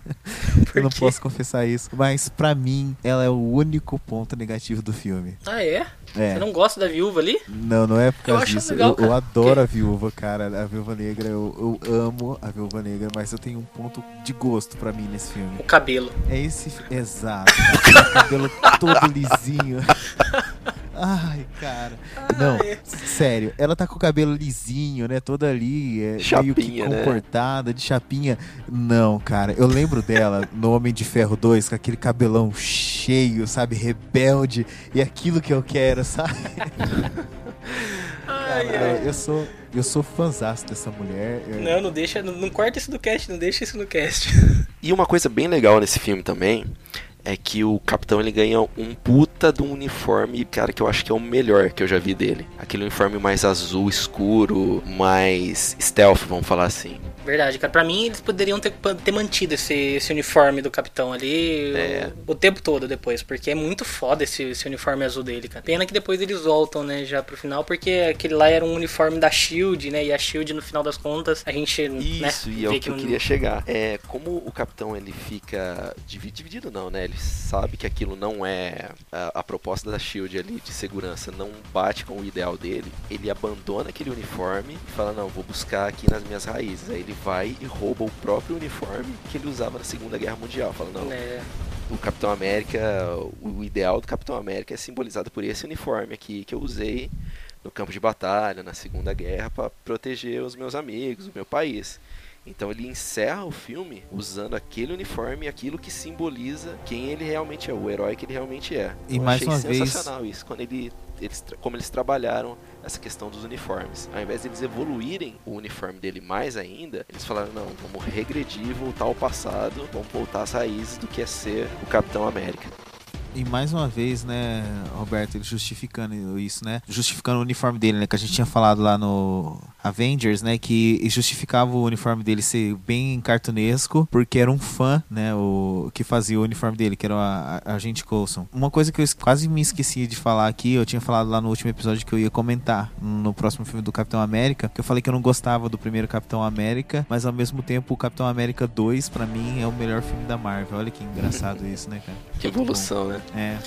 Eu não posso confessar isso. Mas pra mim, ela é o único ponto negativo do filme. Ah, é? É. Você não gosta da Viúva ali? Não, não é por causa eu disso. Legal, eu, eu adoro a Viúva, cara. A Viúva Negra, eu, eu amo a Viúva Negra, mas eu tenho um ponto de gosto pra mim nesse filme. O cabelo. É esse... Exato. O cabelo todo lisinho. Ai, cara. Não, sério. Ela tá com o cabelo lisinho, né? Toda ali, é, chapinha, meio que comportada, né? de chapinha. Não, cara. Eu lembro dela no Homem de Ferro dois, com aquele cabelão cheio, sabe? Rebelde. E aquilo que eu quero, sabe? Ai, cara, ai. eu sou... Eu sou fãzaço dessa mulher. Eu... Não, não deixa... Não, não corta isso no cast, não deixa isso no cast. E uma coisa bem legal nesse filme também é que o Capitão, ele ganha um puta de um uniforme, cara, que eu acho que é o melhor que eu já vi dele. Aquele uniforme mais azul escuro, mais stealth, vamos falar assim. Verdade, cara. Pra mim, eles poderiam ter, ter mantido esse, esse uniforme do Capitão ali é. o, o tempo todo depois, porque é muito foda esse, esse uniforme azul dele, cara. Pena que depois eles voltam, né, já pro final, porque aquele lá era um uniforme da SHIELD, né, e a SHIELD, no final das contas, a gente, Isso, né, e é o que, que eu não... queria chegar. É, como o Capitão, ele fica dividido, não, né, ele sabe que aquilo não é a, a proposta da SHIELD ali, de segurança, não bate com o ideal dele, ele abandona aquele uniforme e fala, não, vou buscar aqui nas minhas raízes. Aí ele vai e rouba o próprio uniforme que ele usava na Segunda Guerra Mundial. Fala, não, é. o Capitão América, o ideal do Capitão América é simbolizado por esse uniforme aqui que eu usei no campo de batalha, na Segunda Guerra, para proteger os meus amigos, o meu país. Então ele encerra o filme usando aquele uniforme, aquilo que simboliza quem ele realmente é, o herói que ele realmente é. E eu mais achei uma sensacional vez... isso, quando ele, eles, como eles trabalharam essa questão dos uniformes. Ao invés de eles evoluírem o uniforme dele mais ainda, eles falaram, não, vamos regredir, voltar ao passado, vamos voltar às raízes do que é ser o Capitão América. E mais uma vez, né, Roberto, ele justificando isso, né? Justificando o uniforme dele, né? Que a gente tinha falado lá no Avengers, né? Que justificava o uniforme dele ser bem cartunesco, porque era um fã, né? O que fazia o uniforme dele, que era a, a Agente Coulson. Uma coisa que eu quase me esqueci de falar aqui, eu tinha falado lá no último episódio que eu ia comentar no próximo filme do Capitão América, que eu falei que eu não gostava do primeiro Capitão América, mas ao mesmo tempo o Capitão América dois, pra mim, é o melhor filme da Marvel. Olha que engraçado isso, né, cara? Que evolução, né? É.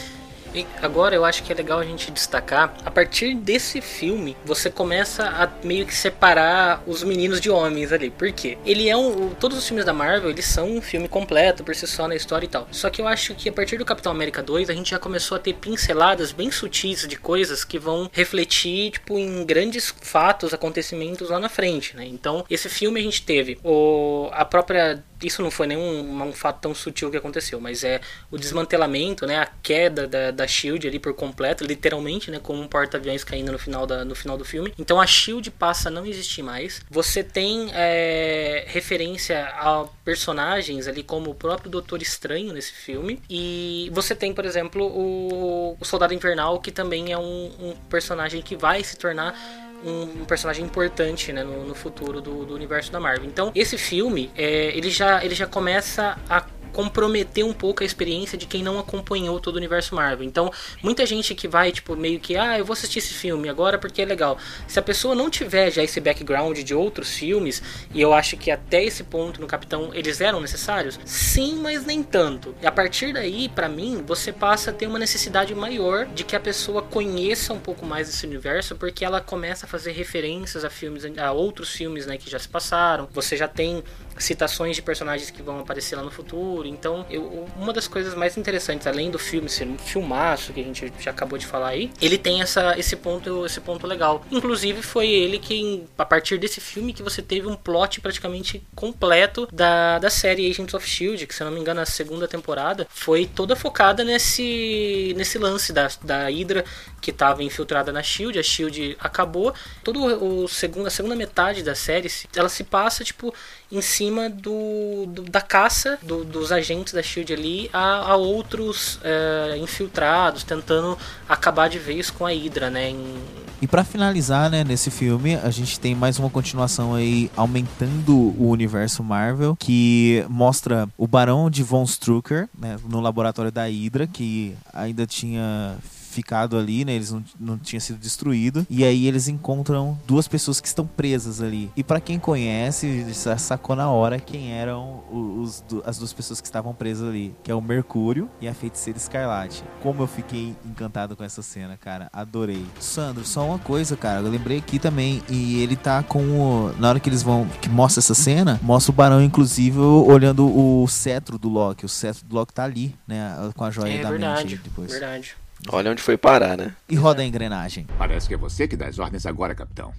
E agora eu acho que é legal a gente destacar, a partir desse filme, você começa a meio que separar os meninos de homens ali. Por quê? Ele é um... Todos os filmes da Marvel, eles são um filme completo, por si só, na história e tal. Só que eu acho que a partir do Capitão América dois, a gente já começou a ter pinceladas bem sutis de coisas que vão refletir, tipo, em grandes fatos, acontecimentos lá na frente, né? Então, esse filme a gente teve o... a própria... Isso não foi nenhum um fato tão sutil que aconteceu, mas é o desmantelamento, né, a queda da, da SHIELD ali por completo, literalmente, né, como um porta-aviões caindo no final, da, no final do filme. Então a SHIELD passa a não existir mais. Você tem é, referência a personagens ali como o próprio Doutor Estranho nesse filme. E você tem, por exemplo, o, o Soldado Invernal, que também é um, um personagem que vai se tornar um personagem importante, né, no, no futuro do, do universo da Marvel. Então, esse filme, é, ele, já, ele já começa a comprometer um pouco a experiência de quem não acompanhou todo o universo Marvel. Então, muita gente que vai, tipo, meio que, ah, eu vou assistir esse filme agora porque é legal. Se a pessoa não tiver já esse background de outros filmes, e eu acho que até esse ponto no Capitão eles eram necessários, sim, mas nem tanto. E a partir daí, pra mim, você passa a ter uma necessidade maior de que a pessoa conheça um pouco mais desse universo, porque ela começa a fazer referências a filmes, a outros filmes, né, que já se passaram. Você já tem citações de personagens que vão aparecer lá no futuro. Então, eu, uma das coisas mais interessantes, além do filme ser um filmaço, que a gente já acabou de falar aí, ele tem essa, esse, ponto, esse ponto legal. Inclusive, foi ele que, a partir desse filme, que você teve um plot praticamente completo da, da série Agents of Shield, que, se eu não me engano, a segunda temporada foi toda focada nesse, nesse lance da, da Hydra, que estava infiltrada na Shield. A Shield acabou. Todo o segundo, a segunda metade da série, ela se passa, tipo, em cima do, do, da caça do, dos agentes da SHIELD ali a, a outros é, infiltrados, tentando acabar de vez com a Hydra, né? Em... E pra finalizar, né, nesse filme, a gente tem mais uma continuação aí, aumentando o universo Marvel, que mostra o Barão de Von Strucker, né, no laboratório da Hydra, que ainda tinha ficado ali, né? Eles não, não tinham sido destruídos. E aí eles encontram duas pessoas que estão presas ali. E pra quem conhece, já sacou na hora quem eram os, as duas pessoas que estavam presas ali, que é o Mercúrio e a Feiticeira Escarlate. Como eu fiquei encantado com essa cena, cara. Adorei. Sandro, só uma coisa, cara. Eu lembrei aqui também. E ele tá com o... Na hora que eles vão... Que mostra essa cena, mostra o Barão, inclusive, olhando o cetro do Loki. O cetro do Loki tá ali, né? Com a joia é, da verdade, mente depois. Verdade. Olha onde foi parar, né? E roda a engrenagem. Parece que é você que dá as ordens agora, capitão.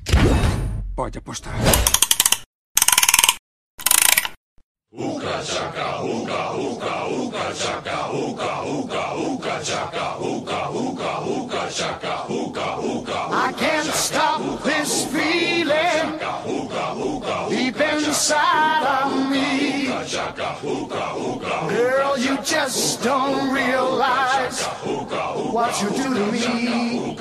Pode apostar. Uka chaka, uka, uka, uka chaka, uka, uka, uka chaka, uka, uka, uka chaka, uka, uka. I can't stop this feeling deep inside of me. Girl, you just don't realize what you do to me.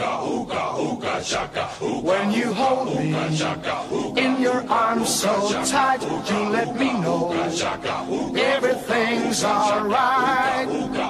When you hold me in your arms so tight, you let me know everything's alright.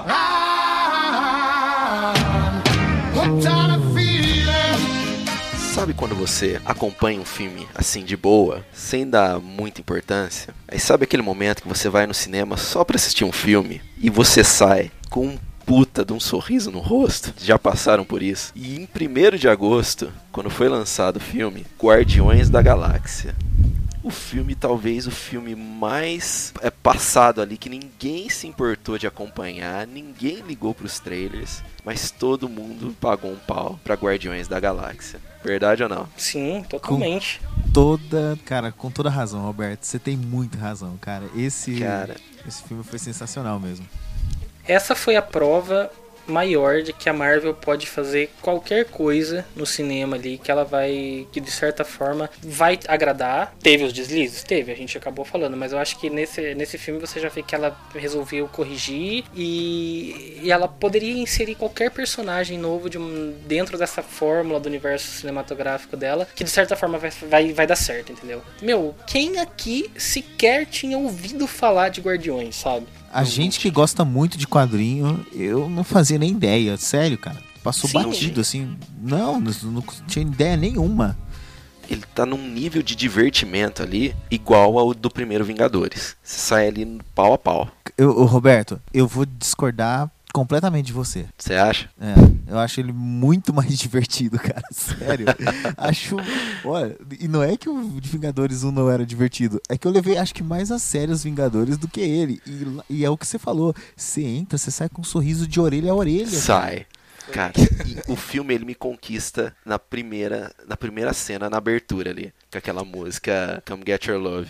I'm hooked on a feeling. Sabe quando você acompanha um filme assim de boa, sem dar muita importância? Aí sabe aquele momento que você vai no cinema só pra assistir um filme e você sai com um puta de um sorriso no rosto? Já passaram por isso? E em primeiro de agosto, quando foi lançado o filme Guardiões da Galáxia, o filme, talvez o filme mais é, passado ali, que ninguém se importou de acompanhar, ninguém ligou pros trailers, mas todo mundo pagou um pau pra Guardiões da Galáxia. Verdade ou não? Sim, totalmente. Com toda, cara, com toda razão, Roberto. Você tem muita razão, cara. Esse, cara. esse filme foi sensacional mesmo. Essa foi a prova maior de que a Marvel pode fazer qualquer coisa no cinema ali, que ela vai, que de certa forma vai agradar. Teve os deslizes? Teve, a gente acabou falando, mas eu acho que nesse, nesse filme você já vê que ela resolveu corrigir e, e ela poderia inserir qualquer personagem novo de um, dentro dessa fórmula do universo cinematográfico dela, que de certa forma vai, vai, vai dar certo, entendeu? Meu, quem aqui sequer tinha ouvido falar de Guardiões, sabe? A gente que gosta muito de quadrinho, eu não fazia nem ideia, sério, cara. Passou Sim, batido, assim. Não, não, não tinha ideia nenhuma. Ele tá num nível de divertimento ali igual ao do primeiro Vingadores. Você sai ali pau a pau. Eu, eu, Roberto, eu vou discordar completamente de você. Você acha? É, eu acho ele muito mais divertido, cara. Sério. Acho. Olha, e não é que o Vingadores um não era divertido. É que eu levei, acho que mais a sério os Vingadores do que ele. E, e é o que você falou. Você entra, você sai com um sorriso de orelha a orelha. Sai. Cara, o filme ele me conquista na primeira, na primeira cena, na abertura ali, com aquela música Come Get Your Love.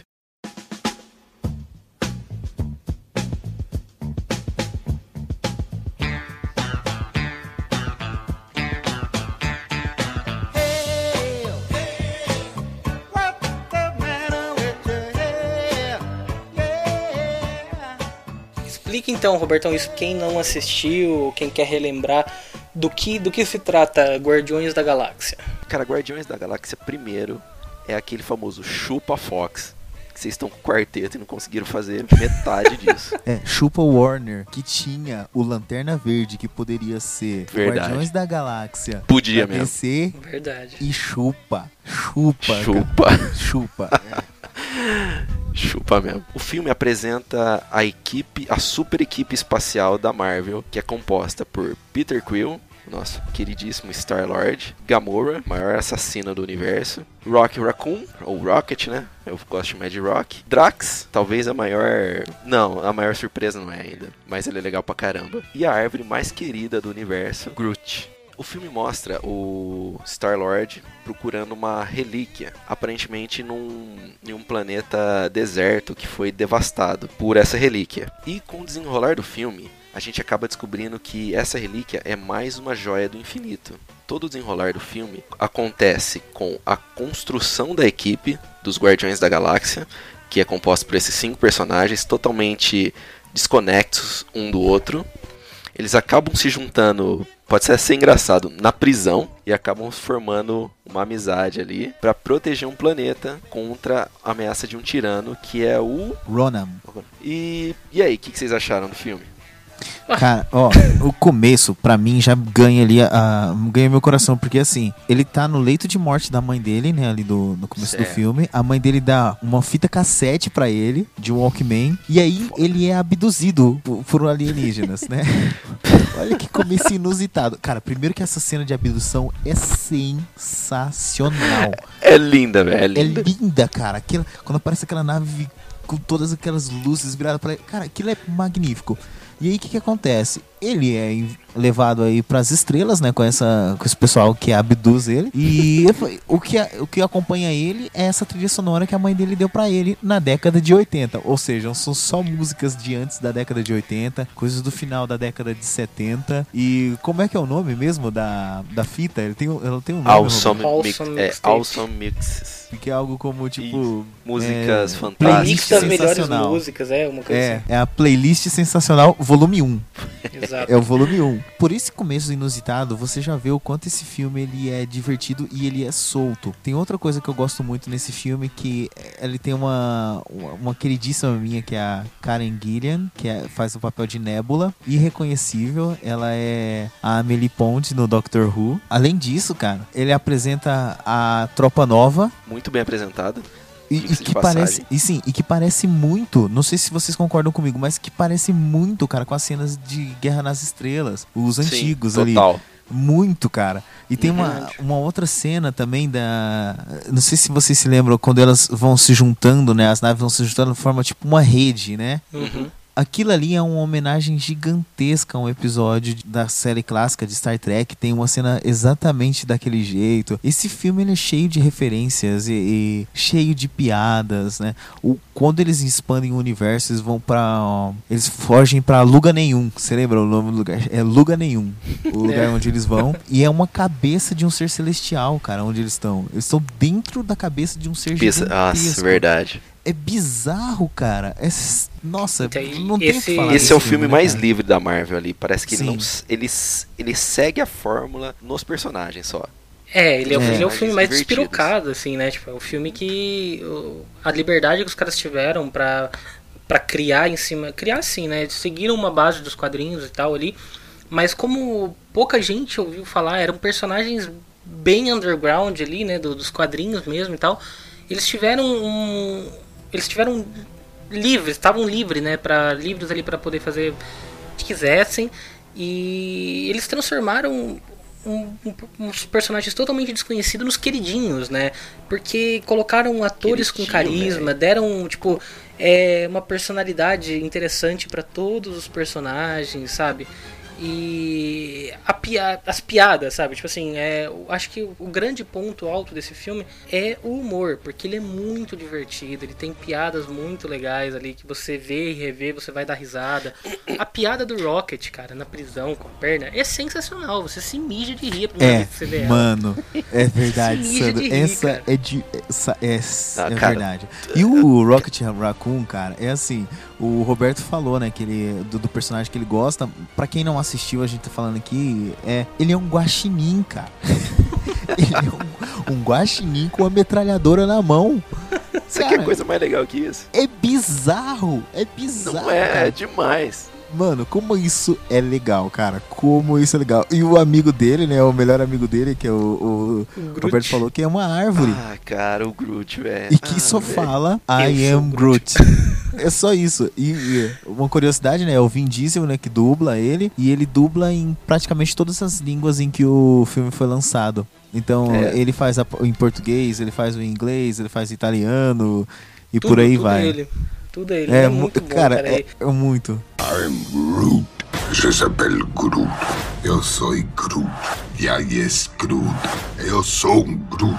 Explica então, Robertão, isso quem não assistiu, quem quer relembrar, do que, do que se trata Guardiões da Galáxia? Cara, Guardiões da Galáxia, primeiro, é aquele famoso chupa Fox, que vocês estão com o quarteto e não conseguiram fazer metade disso. É, chupa Warner, que tinha o Lanterna Verde, que poderia ser Verdade. Guardiões da Galáxia. Podia pra mesmo. Descer Verdade. E chupa, chupa. Chupa. Cara. Chupa. É. Chupa mesmo. O filme apresenta a equipe, a super equipe espacial da Marvel, que é composta por Peter Quill, nosso queridíssimo Star-Lord, Gamora, maior assassina do universo, Rocket Raccoon, ou Rocket, né? Eu gosto de chamar de Rock. Drax, talvez a maior... Não, a maior surpresa não é ainda, mas ele é legal pra caramba. E a árvore mais querida do universo, Groot. O filme mostra o Star-Lord procurando uma relíquia, aparentemente num, em um planeta deserto que foi devastado por essa relíquia. E com o desenrolar do filme, a gente acaba descobrindo que essa relíquia é mais uma joia do infinito. Todo o desenrolar do filme acontece com a construção da equipe dos Guardiões da Galáxia, que é composta por esses cinco personagens totalmente desconexos um do outro. Eles acabam se juntando, pode ser assim engraçado, na prisão e acabam formando uma amizade ali para proteger um planeta contra a ameaça de um tirano que é o Ronan. E, e aí, o que, que vocês acharam do filme? Cara, ó, o começo, pra mim, já ganha ali, a, a, ganha meu coração, porque assim, ele tá no leito de morte da mãe dele, né, ali do, no começo certo. do filme, a mãe dele dá uma fita cassete pra ele, de Walkman, e aí Foda. ele é abduzido por, por alienígenas, né? Olha que começo inusitado. Cara, primeiro que essa cena de abdução é sensacional. É linda, velho, é linda. É linda, cara, aquela, quando aparece aquela nave com todas aquelas luzes viradas pra ele, cara, aquilo é magnífico. E aí o que que acontece? Ele é levado aí pras estrelas, né, com, essa, com esse pessoal que abduz ele. E o que, o que acompanha ele é essa trilha sonora que a mãe dele deu pra ele na década de oitenta. Ou seja, são só músicas de antes da década de oitenta, coisas do final da década de setenta. E como é que é o nome mesmo da, da fita? Ele tem, ela tem um nome. Awesome, mix, é, awesome Mixes. Que é algo como, tipo... E músicas é, fantásticas. Playlist das melhores músicas, é uma coisa é, assim. É a Playlist Sensacional, volume um. Exato. É o volume um. Por esse começo inusitado, você já vê o quanto esse filme ele é divertido e ele é solto. Tem outra coisa que eu gosto muito nesse filme, que ele tem uma, uma, uma queridíssima minha, que é a Karen Gillan, que é, faz o papel de Nebula, irreconhecível. Ela é a Amelie Pond no Doctor Who. Além disso, cara, ele apresenta a Tropa Nova. Muito bem apresentada. E, e que parece, e sim, e que parece muito, não sei se vocês concordam comigo, mas que parece muito, cara, com as cenas de Guerra nas Estrelas, os sim, antigos total. ali. Muito, cara. E tem uma, uma outra cena também da... Não sei se vocês se lembram, quando elas vão se juntando, né? As naves vão se juntando, forma tipo uma rede, né? Uhum. Aquilo ali é uma homenagem gigantesca a um episódio da série clássica de Star Trek. Tem uma cena exatamente daquele jeito. Esse filme ele é cheio de referências e, e cheio de piadas, né? O, quando eles expandem o universo, eles vão pra... Ó, eles fogem pra Lugar Nenhum. Você lembra o nome do lugar? É Lugar Nenhum. O lugar é. onde eles vão. E é uma cabeça de um ser celestial, cara, onde eles estão. Eles estão dentro da cabeça de um ser Pisa, gigantesco. Nossa, verdade. É bizarro, cara. É, nossa, então, não tem o que falar. Esse é o filme, filme né, mais cara? livre da Marvel ali. Parece que ele, não, Sim. ele, ele segue a fórmula nos personagens só. É, ele é, É. ele é o filme mais Divertidos. despirocado, assim, né? Tipo, é o filme que... o- a liberdade que os caras tiveram pra, pra criar em cima... Criar, assim, né? Eles seguiram uma base dos quadrinhos e tal ali. Mas como pouca gente ouviu falar, eram personagens bem underground ali, né? do- dos quadrinhos mesmo e tal. Eles tiveram um... Eles tiveram livres, estavam livres, né? Pra, livres ali pra poder fazer o que quisessem. E eles transformaram um, um, uns personagens totalmente desconhecidos nos queridinhos, né? Porque colocaram atores Queridinho, com carisma, né? Deram, tipo, é, uma personalidade interessante para todos os personagens, sabe? E a pia- as piadas, sabe? Tipo assim, é, eu acho que o, o grande ponto alto desse filme é o humor, porque ele é muito divertido, ele tem piadas muito legais ali que você vê e revê, você vai dar risada. A piada do Rocket, cara, na prisão com a perna, é sensacional, você se mija de rir a primeira É, vez que você vê ela. mano, é verdade, Se mija Sandro. de rir, essa cara. é de. Essa é, Ah, é cara. verdade. E o Rocket Raccoon, cara, é assim. O Roberto falou, né, que ele, do, do personagem que ele gosta. Pra quem não assistiu, a gente tá falando aqui, é, ele é um guaxinim, cara. Ele é um, um guaxinim com uma metralhadora na mão. Isso aqui é coisa mais legal que isso. É bizarro, é bizarro. Não é, cara. é demais. Mano, como isso é legal, cara. Como isso é legal. E o amigo dele, né? O melhor amigo dele, que é o, o, o Roberto falou, que é uma árvore. Ah, cara, o Groot, velho. E que ah, só véio. fala Eu I sou am Groot. É só isso. E, e uma curiosidade, né? É o Vin Diesel, né? Que dubla ele. E ele dubla em praticamente todas as línguas em que o filme foi lançado. Então, É. ele faz a, em português, ele faz o inglês, ele faz italiano e Tudo, por aí tudo vai. Ele. Tudo ele. É, É, mu- muito bom, cara, cara. é, é muito. I'm Groot. Jezebel Groot. Eu sou Groot. Yes, Groot. Eu sou um Groot.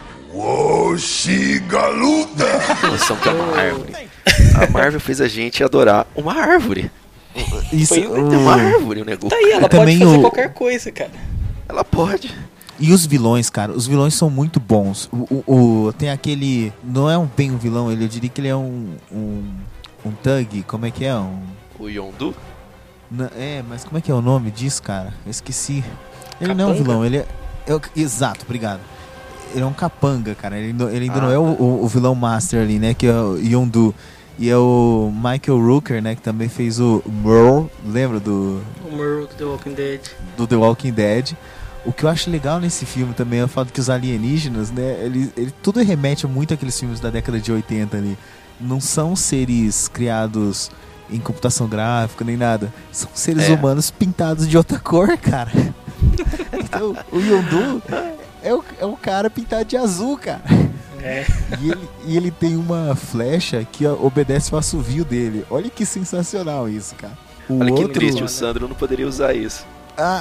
Oxigaluda! Noção que é uma árvore. A Marvel fez a gente adorar uma árvore. Isso, Foi uma árvore o negócio. Tá aí, ela Também pode fazer o- qualquer coisa, cara. Ela pode. E os vilões, cara, os vilões são muito bons. O, o- o- tem aquele. Não é um bem um vilão, ele, eu diria que ele é um. Um, um thug, como é que é? Um, O Yondu? na- é, mas como é que é o nome disso, cara? Eu esqueci. Ele não é um Capanga? vilão, ele é. é o- exato, obrigado. Ele é um capanga, cara. Ele, não- ele ainda Ah, não é o, o- o vilão master ali, né? Que é o Yondu. E é o Michael Rooker, né? Que também fez o Merle. Lembra do, O Murrow do The Walking Dead. do The Walking Dead. O que eu acho legal nesse filme também é o fato que os alienígenas, né, ele, ele tudo remete muito àqueles filmes da década de oitenta ali. Não são seres criados em computação gráfica nem nada. São seres É. humanos pintados de outra cor, cara. Então, o Yondu é o, é um cara pintado de azul, cara. É. E ele, e ele tem uma flecha que ó, obedece o assovio dele. Olha que sensacional isso, cara. O Olha que outro... triste, o Sandro não poderia usar isso. Ah,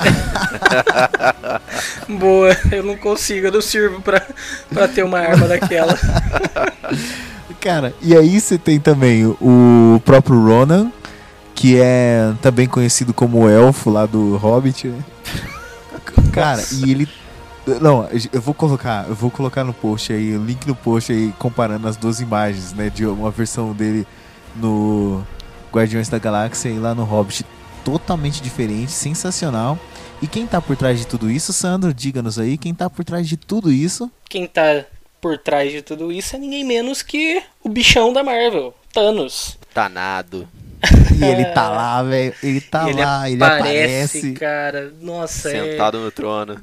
Boa, eu não consigo, eu não sirvo pra, pra ter uma arma daquela. cara, e aí você tem também o próprio Ronan, que é também conhecido como o elfo lá do Hobbit, né? Cara, e ele... Não, eu vou colocar, eu vou colocar no post aí, o link no post aí, comparando as duas imagens, né? De uma versão dele no Guardiões da Galáxia e lá no Hobbit. Totalmente diferente, sensacional. E quem tá por trás de tudo isso, Sandro? Diga-nos aí, quem tá por trás de tudo isso? Quem tá por trás de tudo isso é ninguém menos que o bichão da Marvel, Thanos. Danado. E ele tá lá, velho. Ele tá E ele lá, ele aparece, aparece. cara. Nossa, Sentado no trono.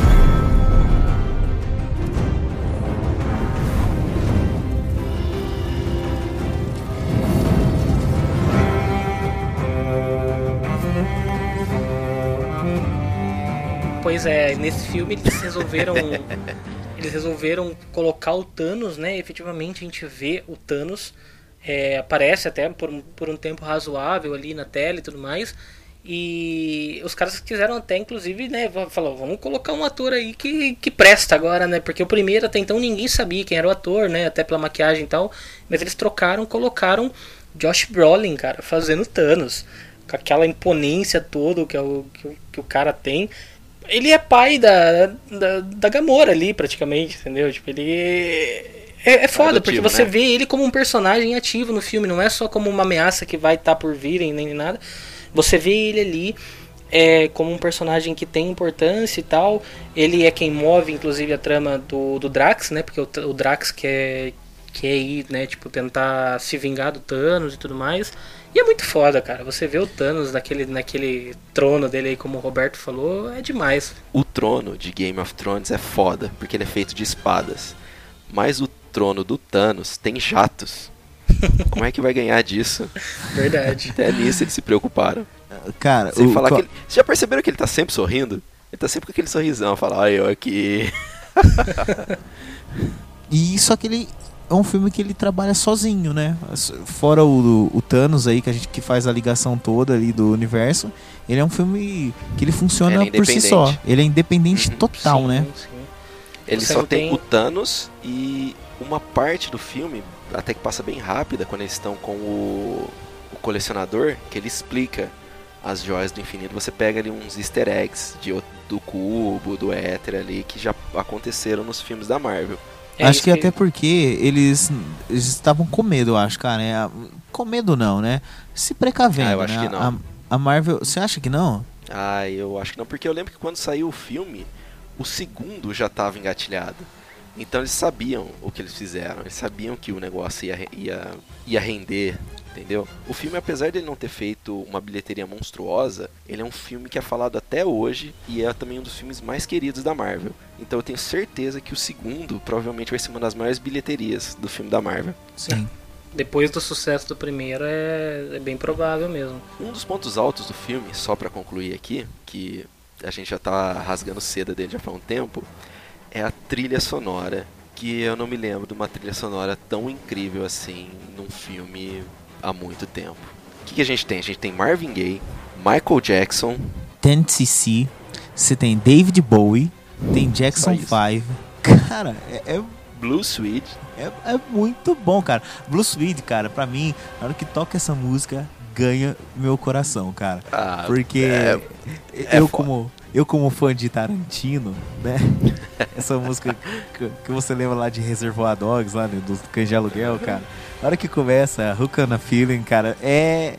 é... Pois é, nesse filme eles resolveram... eles resolveram colocar o Thanos, né? Efetivamente a gente vê o Thanos. É, aparece até por um, por um tempo razoável ali na tela e tudo mais. E os caras quiseram até, inclusive, né, falou, vamos colocar um ator aí que, que presta agora, né? Porque o primeiro até então ninguém sabia quem era o ator, né? Até pela maquiagem e tal. Mas eles trocaram, colocaram Josh Brolin, cara, fazendo Thanos. Com aquela imponência toda que, é o, que, o, que o cara tem. Ele é pai da, da, da Gamora ali, praticamente, entendeu? Tipo, ele... É, é foda, Adotivo, porque você né? vê ele como um personagem ativo no filme, não é só como uma ameaça que vai estar por vir nem nada. Você vê ele ali é, como um personagem que tem importância e tal. Ele é quem move, inclusive, a trama do, do Drax, né? Porque o, o Drax quer, quer ir, né? Tipo, tentar se vingar do Thanos e tudo mais. E é muito foda, cara. Você vê o Thanos naquele, naquele trono dele aí, como o Roberto falou, é demais. O trono de Game of Thrones é foda, porque ele é feito de espadas. Mas o trono do Thanos tem jatos. Como é que vai ganhar disso? Verdade. Até nisso eles se preocuparam. Cara, Sem o, falar co- que ele, vocês já perceberam que ele tá sempre sorrindo? Ele tá sempre com aquele sorrisão, fala, olha eu aqui. E só que ele é um filme que ele trabalha sozinho, né? Fora o, o Thanos aí, que a gente que faz a ligação toda ali do universo, ele é um filme que ele funciona Ele é por si só. Ele é independente Uhum. total, Sim, né? sim. Ele Você só não tem tem- o Thanos e uma parte do filme, até que passa bem rápida, quando eles estão com o, o colecionador, que ele explica as joias do infinito. Você pega ali uns easter eggs de, o- do cubo, do éter ali, que já aconteceram nos filmes da Marvel. É acho isso que, até porque eles, eles estavam com medo, eu acho, cara. É, com medo não, né? Se precavendo, Ah, eu acho né? que não. A, a Marvel, você acha que não? Ah, eu acho que não, porque eu lembro que quando saiu o filme, o segundo já estava engatilhado. Então eles sabiam o que eles fizeram, eles sabiam que o negócio ia, ia, ia render, entendeu? O filme, apesar de ele não ter feito uma bilheteria monstruosa, ele é um filme que é falado até hoje e é também um dos filmes mais queridos da Marvel. Então eu tenho certeza que o segundo provavelmente vai ser uma das maiores bilheterias do filme da Marvel. Sim. Depois do sucesso do primeiro, é, é bem provável mesmo. Um dos pontos altos do filme, só pra concluir aqui, que a gente já tá rasgando seda dele já faz um tempo, é a trilha sonora, que eu não me lembro de uma trilha sonora tão incrível assim num filme há muito tempo. O que, que a gente tem? A gente tem Marvin Gaye, Michael Jackson, Ten C C, você tem David Bowie, tem Jackson Só isso. five. Cara, é, é, Blue Swede. é, é muito bom, cara. Blue Swede, cara, pra mim, na hora que toca essa música, ganha meu coração, cara. Ah, Porque é- eu, é foda. como, eu como fã de Tarantino, né? Essa música que, que você lembra lá de Reservoir Dogs, lá né, do Cães de Aluguel, cara. Na hora que começa, Hook on a Feeling, cara, é...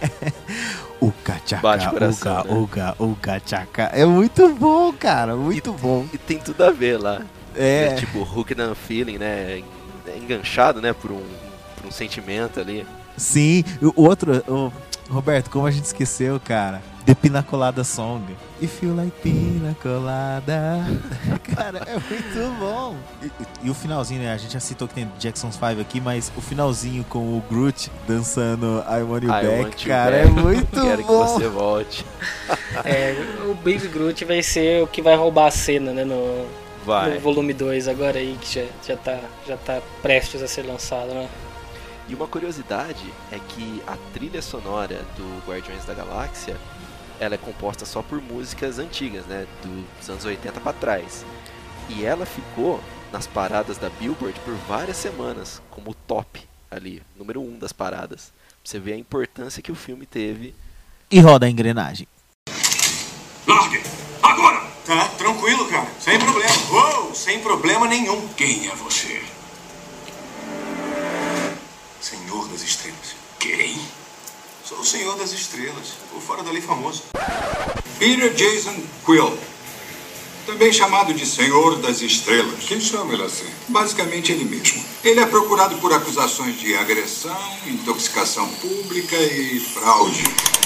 O Bate cachaca, o coração, uga, né? uga, uga, tchaca. É muito bom, cara, muito bom. E tem tudo a ver lá. É. Tipo, Hooked on a Feeling, né? É enganchado, né? Por um, por um sentimento ali. Sim, o outro, o Roberto, como a gente esqueceu, cara, The Pina Colada Song. If you like pina colada. Cara, é muito bom. E, e- e o finalzinho, né? A gente já citou que tem Jackson's five aqui, mas o finalzinho com o Groot dançando I Want You I Back, want you cara, back. é muito Quero bom. que você volte. É, o Baby Groot vai ser o que vai roubar a cena, né? No, Vai. no volume dois agora aí, que já, já, tá, já tá prestes a ser lançado, né? E uma curiosidade é que a trilha sonora do Guardiões da Galáxia, ela é composta só por músicas antigas, né, dos anos oitenta pra trás. E ela ficou nas paradas da Billboard por várias semanas, como top ali, número um das paradas. Pra você ver a importância que o filme teve. E roda a engrenagem. Largue! Agora! Tá, tranquilo, cara. Sem problema. Uou, sem problema nenhum. Quem é você? Senhor das Estrelas. Quem? Sou o Senhor das Estrelas, o fora da lei famoso. Peter Jason Quill. Também chamado de Senhor das Estrelas. Quem chama ele assim? Basicamente ele mesmo. Ele é procurado por acusações de agressão, intoxicação pública e fraude.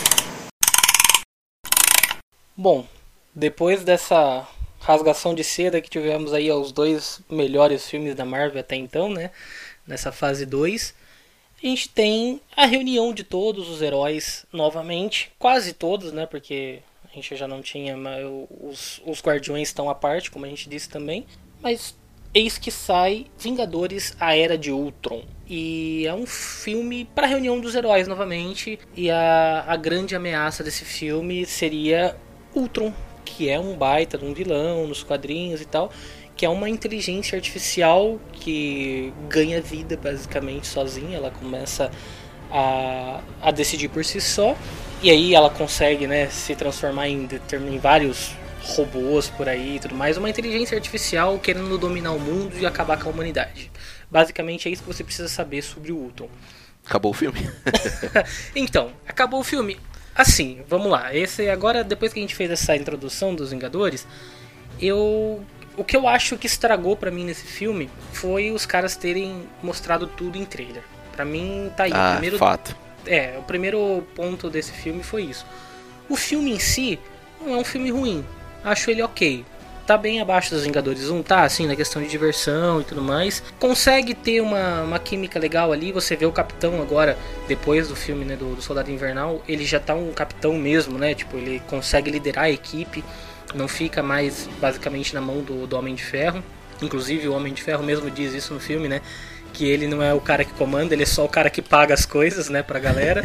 Bom, depois dessa rasgação de seda que tivemos aí aos dois melhores filmes da Marvel até então, né? Nessa fase dois, a gente tem a reunião de todos os heróis novamente, quase todos, né? Porque a gente já não tinha, mas os, os Guardiões estão à parte, como a gente disse também. Mas eis que sai Vingadores: A Era de Ultron. E é um filme para reunião dos heróis novamente. E a, a grande ameaça desse filme seria Ultron, que é um baita de um vilão nos quadrinhos e tal, que é uma inteligência artificial que ganha vida basicamente sozinha. Ela começa a, a decidir por si só, e aí ela consegue, né, se transformar em, em vários robôs por aí e tudo mais. Uma inteligência artificial querendo dominar o mundo e acabar com a humanidade. Basicamente é isso que você precisa saber sobre o Ultron. Acabou o filme? Então, acabou o filme. Assim, vamos lá. Esse agora, depois que a gente fez essa introdução dos Vingadores, eu o que eu acho que estragou pra mim nesse filme foi os caras terem mostrado tudo em trailer. Pra mim tá aí. Ah, o primeiro, fato. É, o primeiro ponto desse filme foi isso. O filme em si não é um filme ruim. Acho ele ok. tá bem abaixo dos Vingadores um, tá, assim, na questão de diversão e tudo mais. Consegue ter uma, uma química legal ali, você vê o Capitão agora, depois do filme, né, do, do Soldado Invernal, ele já tá um capitão mesmo, né, tipo, ele consegue liderar a equipe, não fica mais basicamente na mão do, do Homem de Ferro. Inclusive o Homem de Ferro mesmo diz isso no filme, né, que ele não é o cara que comanda, ele é só o cara que paga as coisas, né, pra galera.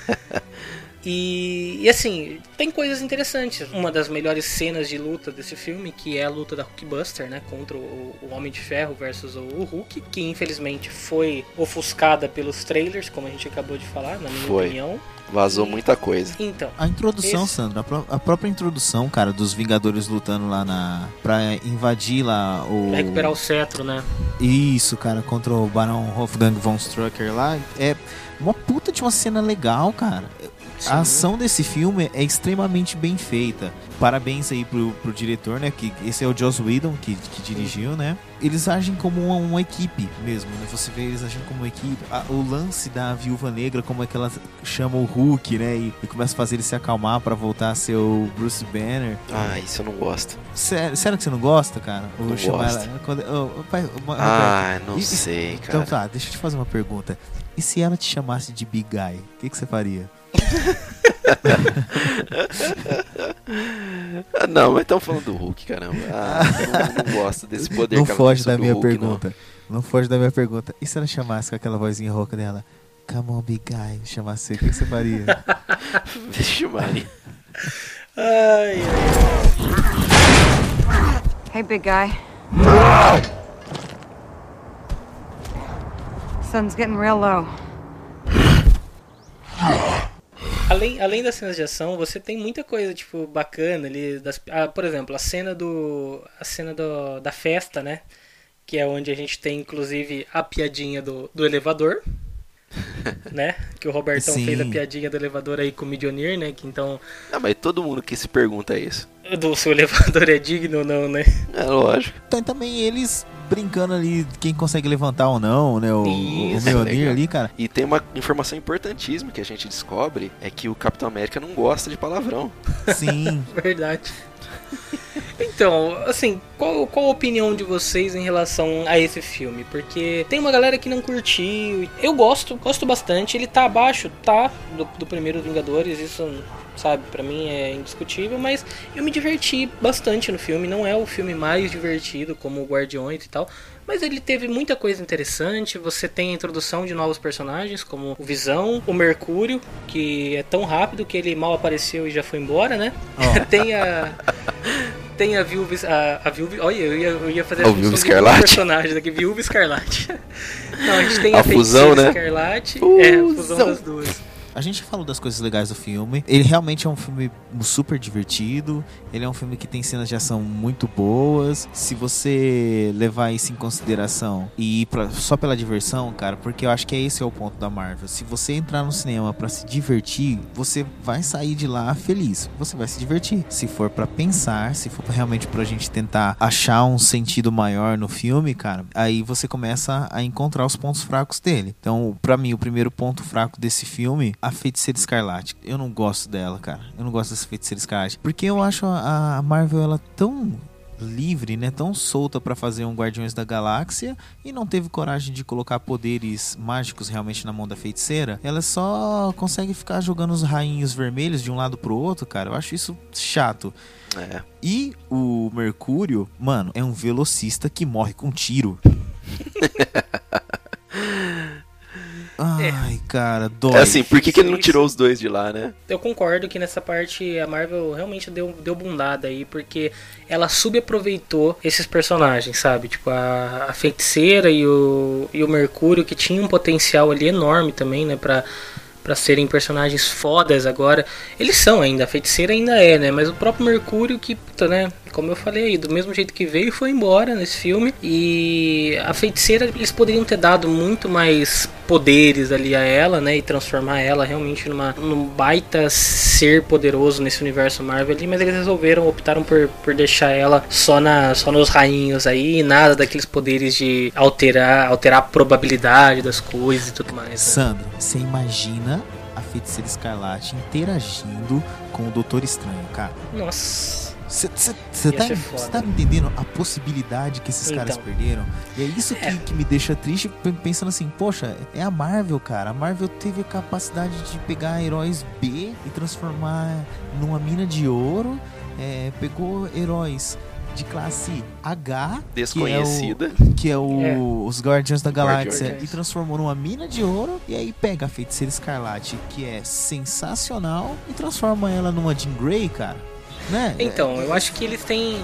E, e assim, tem coisas interessantes. Uma das melhores cenas de luta desse filme, que é a luta da Hulkbuster, né, contra o, o Homem de Ferro versus o, o Hulk, que infelizmente foi ofuscada pelos trailers, como a gente acabou de falar, na minha foi. opinião. Vazou muita coisa. Então, a introdução, esse... Sandro, a, pró- a própria introdução, cara, dos Vingadores lutando lá na... pra invadir lá o... Pra recuperar o cetro, né? Isso, cara, contra o Barão Wolfgang von Strucker lá. É uma puta de uma cena legal, cara. Sim. A ação desse filme é extremamente bem feita. Parabéns aí pro, pro diretor, né? Que esse é o Joss Whedon que, que dirigiu, né? Eles agem como uma, uma equipe mesmo, né? Você vê eles agindo como uma equipe. A, o lance da Viúva Negra, como é que ela chama o Hulk, né? E, e começa a fazer ele se acalmar pra voltar a ser o Bruce Banner. Ah, isso eu não gosto. Sério, sério que você não gosta, cara? Ou não chamar gosto. Ela, quando, oh, oh, pai, uma, ah, uma, não e, sei, cara. Então tá, deixa eu te fazer uma pergunta. E se ela te chamasse de Big Guy, o que, que você faria? ah, não, mas estão falando do Hulk, caramba. Ah, eu não, não gosto desse poder. Não que ela foge tem da minha Hulk, pergunta. Não. não foge da minha pergunta. E se ela chamasse com aquela vozinha rouca dela? Come on, Big Guy. Chamasse você, o que, que você faria? Vixe, Maria. Ai, ai. Hey, Big Guy. Sun's getting real low. Além, além das cenas de ação, você tem muita coisa, tipo, bacana ali. Das, ah, por exemplo, a cena do. A cena do, da festa, né? Que é onde a gente tem, inclusive, a piadinha do, do elevador. Né? Que o Robertão Sim. fez a piadinha do elevador aí com o Mjolnir, né? Que então. Não, mas todo mundo que se pergunta isso. Do seu elevador é digno ou não, né? É lógico. Tem também eles brincando ali quem consegue levantar ou não, né? O, Isso, o Mjolnir ali, cara. E tem uma informação importantíssima que a gente descobre: é que o Capitão América não gosta de palavrão. Sim. Verdade. Então, assim, qual, qual a opinião de vocês em relação a esse filme? Porque tem uma galera que não curtiu. Eu gosto, gosto bastante. Ele tá abaixo, tá, do, do primeiro Vingadores, isso, sabe, pra mim é indiscutível. Mas eu me diverti bastante no filme. Não é o filme mais divertido, como o Guardiões e tal, mas ele teve muita coisa interessante. Você tem a introdução de novos personagens, como o Visão, o Mercúrio, que é tão rápido que ele mal apareceu e já foi embora, né? Oh. Tem a... Tem a Viúva... A, a Viúva... Olha, eu ia, eu ia fazer a Viúva Escarlate. personagem daqui, Viúva Escarlate. Não, a gente tem a, a fusão, né? Escarlate. Fusão. É, a fusão das duas. A gente falou das coisas legais do filme. Ele realmente é um filme super divertido. Ele é um filme que tem cenas de ação muito boas. Se você levar isso em consideração e ir pra, só pela diversão, cara, porque eu acho que esse é o ponto da Marvel. Se você entrar no cinema pra se divertir, você vai sair de lá feliz. Você vai se divertir. Se for pra pensar, se for realmente pra gente tentar achar um sentido maior no filme, cara, aí você começa a encontrar os pontos fracos dele. Então, pra mim, o primeiro ponto fraco desse filme, a Feiticeira Escarlate. Eu não gosto dela, cara. Eu não gosto dessa Feiticeira Escarlate. Porque eu acho a Marvel, ela tão livre, né? Tão solta pra fazer um Guardiões da Galáxia e não teve coragem de colocar poderes mágicos realmente na mão da feiticeira. Ela só consegue ficar jogando os rainhos vermelhos de um lado pro outro, cara. Eu acho isso chato. É. E o Mercúrio, mano, é um velocista que morre com tiro. Ai, cara, dói. É assim, por que, que ele não tirou os dois de lá, né? Eu concordo que nessa parte a Marvel realmente deu, deu bundada aí, porque ela subaproveitou esses personagens, sabe? Tipo, a, a Feiticeira e o, e o Mercúrio, que tinha um potencial ali enorme também, né? Pra, pra serem personagens fodas agora. Eles são ainda, a Feiticeira ainda é, né? Mas o próprio Mercúrio que, puta, né? Como eu falei, do mesmo jeito que veio, foi embora nesse filme. E a Feiticeira, eles poderiam ter dado muito mais poderes ali a ela, né? E transformar ela realmente numa, num baita ser poderoso nesse universo Marvel ali. Mas eles resolveram, optaram por, por deixar ela só, na, só nos rainhos aí. E nada daqueles poderes de alterar, alterar a probabilidade das coisas e tudo mais. Né? Sandro, você imagina a Feiticeira Escarlate interagindo com o Doutor Estranho, cara? Nossa... Você tá, tá me entendendo a possibilidade que esses então. caras perderam? E é isso que, é. que me deixa triste, pensando assim, poxa, é a Marvel, cara. A Marvel teve a capacidade de pegar heróis B e transformar numa mina de ouro. É, pegou heróis de classe H, desconhecida, que é, o, que é, o, é. os Guardiões da Galáxia, Guardiões. E transformou numa mina de ouro. E aí pega a Feiticeira Escarlate, que é sensacional, e transforma ela numa Jean Grey, cara. Né? Então, eu acho que eles têm...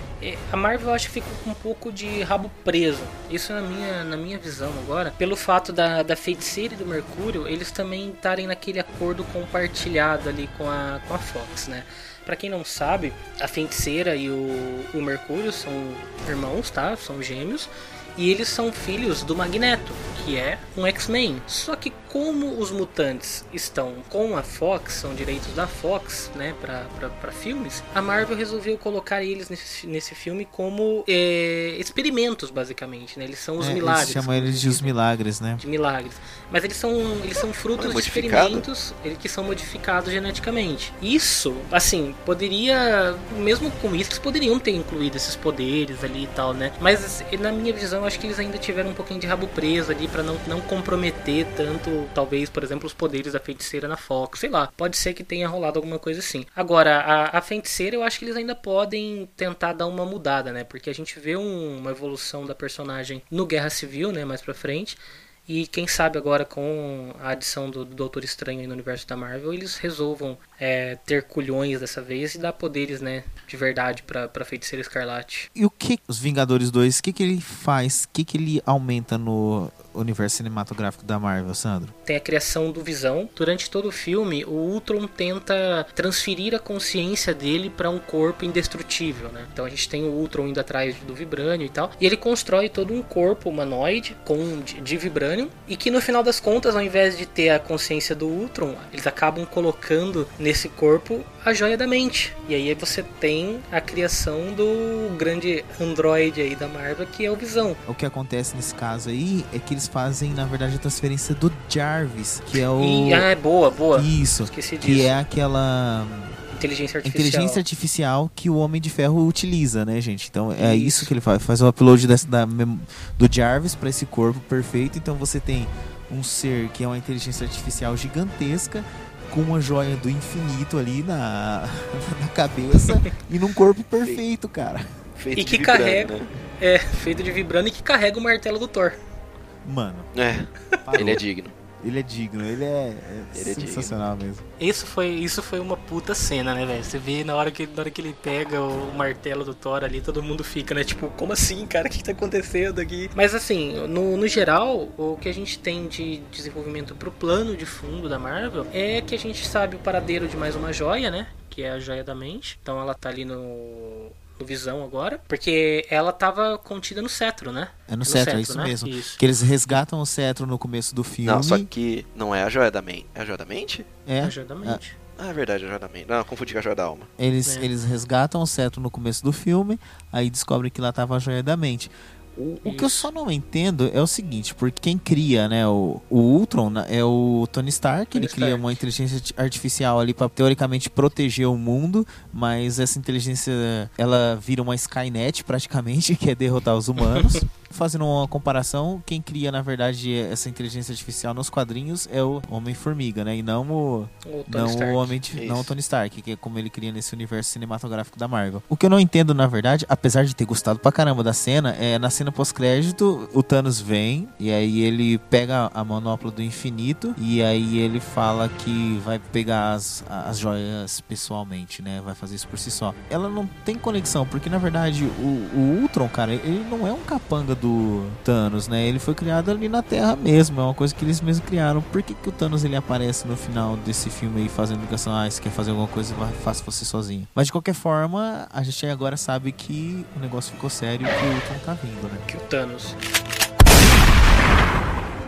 A Marvel, eu acho que ficou com um pouco de rabo preso. Isso na minha, na minha visão agora. Pelo fato da, da Feiticeira e do Mercúrio, eles também estarem naquele acordo compartilhado ali com a, com a Fox, né? Pra quem não sabe, a Feiticeira e o, o Mercúrio são irmãos, tá? São gêmeos. E eles são filhos do Magneto, que é um X-Men. Só que como os mutantes estão com a Fox, são direitos da Fox, né, pra, pra, pra filmes, a Marvel resolveu colocar eles nesse, nesse filme como é, experimentos, basicamente, né? Eles são os é, milagres. Eles chamam eles de os milagres, né? De milagres. Mas eles são, eles são frutos de experimentos que são modificados geneticamente. Isso, assim, poderia, mesmo com isso, eles poderiam ter incluído esses poderes ali e tal, né? Mas na minha visão, eu acho que eles ainda tiveram um pouquinho de rabo preso ali pra não, não comprometer tanto, talvez, por exemplo, os poderes da Feiticeira na Fox. Sei lá, pode ser que tenha rolado alguma coisa assim. Agora, a, a Feiticeira, eu acho que eles ainda podem tentar dar uma mudada, né? Porque a gente vê um, uma evolução da personagem no Guerra Civil, né? Mais pra frente. E quem sabe agora com a adição do, do Doutor Estranho aí no universo da Marvel, eles resolvam é, ter culhões dessa vez e dar poderes, né, de verdade pra, pra Feiticeira Escarlate. E o que os Vingadores dois, o que, que ele faz? O que, que ele aumenta no universo cinematográfico da Marvel, Sandro? Tem a criação do Visão. Durante todo o filme, o Ultron tenta transferir a consciência dele para um corpo indestrutível, né? Então a gente tem o Ultron indo atrás do Vibranium e tal, e ele constrói todo um corpo humanoide com, de, de Vibranium, e que no final das contas, ao invés de ter a consciência do Ultron, eles acabam colocando nesse corpo a Joia da Mente. E aí você tem a criação do grande androide aí da Marvel, que é o Visão. O que acontece nesse caso aí é que eles fazem, na verdade, a transferência do Jarvis, que é o... E, ah, é boa, boa. Isso, esqueci disso. Que é aquela... Inteligência artificial. Inteligência artificial que o Homem de Ferro utiliza, né, gente? Então é isso, isso que ele faz. Faz o upload dessa, da, do Jarvis para esse corpo perfeito. Então você tem um ser que é uma inteligência artificial gigantesca com uma joia do infinito ali na, na cabeça e num corpo perfeito, cara. Feito e que carrega, né? É, feito de vibrando e que carrega o martelo do Thor. Mano. É, parou. Ele é digno. Ele é digno, ele é, é ele sensacional é mesmo. Isso foi, isso foi uma puta cena, né, velho? Você vê na hora, que, na hora que ele pega o martelo do Thor ali, todo mundo fica, né? Tipo, como assim, cara? O que tá acontecendo aqui? Mas assim, no, no geral, o que a gente tem de desenvolvimento pro plano de fundo da Marvel é que a gente sabe o paradeiro de mais uma joia, né? Que é a Joia da Mente. Então ela tá ali no... Visão agora, porque ela tava contida no cetro, né? É no, no cetro, cetro, é isso né? mesmo. Isso. Que eles resgatam o cetro no começo do filme. Não, só que não é a Joia da Mente. É a Joia da Mente? É. A Joia da Mente. Ah, é verdade, a Joia da Mente. Não, confundi com a Joia da Alma. Eles, é. eles resgatam o cetro no começo do filme, aí descobrem que lá tava a Joia da Mente. O, o que eu só não entendo é o seguinte, porque quem cria, né, o, o Ultron é o Tony Stark, Tony ele Stark. Cria uma inteligência artificial ali para teoricamente proteger o mundo, mas essa inteligência, ela vira uma Skynet praticamente, que é derrotar os humanos. Fazendo uma comparação, quem cria, na verdade, essa inteligência artificial nos quadrinhos é o Homem-Formiga, né? E não o, o não Stark. o Homem de, não o Tony Stark, que é como ele cria nesse universo cinematográfico da Marvel. O que eu não entendo, na verdade, apesar de ter gostado pra caramba da cena, é na cena pós-crédito, o Thanos vem, e aí ele pega a manopla do infinito, e aí ele fala que vai pegar as, as joias pessoalmente, né? Vai fazer isso por si só. Ela não tem conexão, porque, na verdade, o, o Ultron, cara, ele não é um capanga do Thanos, né? Ele foi criado ali na Terra mesmo, é uma coisa que eles mesmos criaram. Por que, que o Thanos ele aparece no final desse filme aí fazendo ligação, ah, se quer fazer alguma coisa, faça você sozinho. Mas de qualquer forma, a gente agora sabe que o negócio ficou sério e que o Ultron tá vindo, né? Que o Thanos.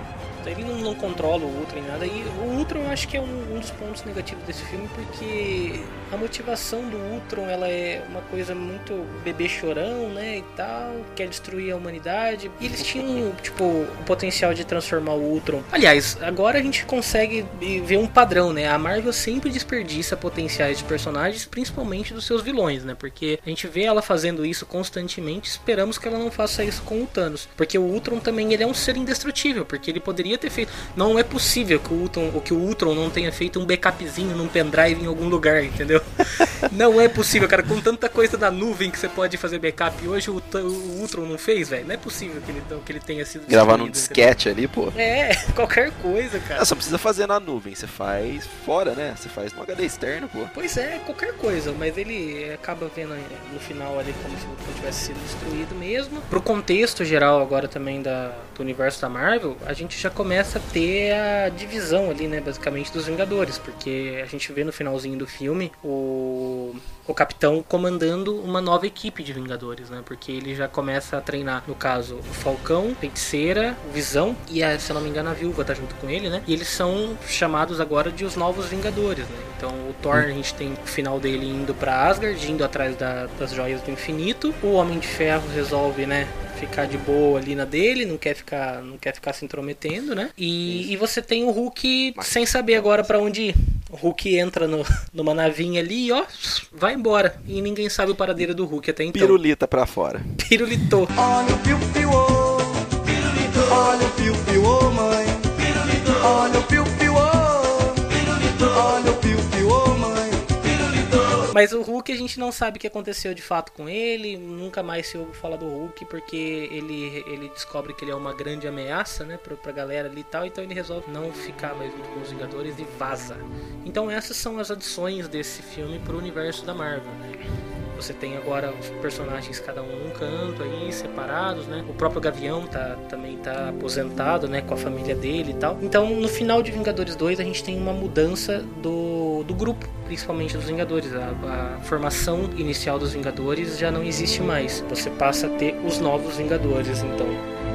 Ele não, não controla o Ultron nem nada. E o Ultron eu acho que é um, um dos pontos negativos desse filme, porque a motivação do Ultron, ela é uma coisa muito bebê chorão, né, e tal, quer destruir a humanidade. E eles tinham, tipo, o potencial de transformar o Ultron. Aliás, agora a gente consegue ver um padrão, né? A Marvel sempre desperdiça potenciais de personagens, principalmente dos seus vilões, né? Porque a gente vê ela fazendo isso constantemente, esperamos que ela não faça isso com o Thanos. Porque o Ultron também, ele é um ser indestrutível, porque ele poderia ter feito... Não é possível que o Ultron, que o Ultron não tenha feito um backupzinho num pendrive em algum lugar, entendeu? Não é possível, cara, com tanta coisa na nuvem que você pode fazer backup. Hoje o, o Ultron não fez, velho. Não é possível que ele, que ele tenha sido gravar num disquete ali, pô. É, qualquer coisa, cara. Ah, só precisa fazer na nuvem, você faz fora, né? Você faz no H D externo, pô. Pois é, qualquer coisa, mas ele acaba vendo no final ali como se o Ultron tivesse sido destruído mesmo. Pro contexto geral agora também da, do universo da Marvel, a gente já começa a ter a divisão ali, né, basicamente dos Vingadores, porque a gente vê no finalzinho do filme o... o Capitão comandando uma nova equipe de Vingadores, né? Porque ele já começa a treinar, no caso, o Falcão, Feiticeira, o Visão e, a, se eu não me engano, a Viúva tá junto com ele, né? E eles são chamados agora de os Novos Vingadores, né? Então o Thor, a gente tem o final dele indo pra Asgard, indo atrás da, das Joias do Infinito. O Homem de Ferro resolve, né, ficar de boa ali na dele, não quer ficar, não quer ficar se intrometendo, né? E, e você tem o Hulk sem saber agora pra onde ir. O Hulk entra no, numa navinha ali e ó, vai embora. E ninguém sabe o paradeiro do Hulk até então. Pirulita pra fora. Pirulitou. Olha o piu-piu, oh. Pirulitou. Olha o piu-piu, oh, mãe. Pirulitou. Olha o piu-piu, oh. Pirulitou. Olha o piu-piu, oh, mãe. Pirulitou. Mas o Hulk a gente não sabe o que aconteceu de fato com ele. Nunca mais se ouve falar do Hulk, porque ele, ele descobre que ele é uma grande ameaça, né, pra, pra galera ali e tal. Então ele resolve não ficar mais junto com os Vingadores e vaza. Então essas são as adições desse filme pro universo da Marvel, né? Você tem agora os personagens cada um num canto aí, separados, né? O próprio Gavião tá, também tá aposentado, né? Com a família dele e tal. Então, no final de Vingadores dois, a gente tem uma mudança do, do grupo, principalmente dos Vingadores. A, a formação inicial dos Vingadores já não existe mais. Você passa a ter os novos Vingadores, então...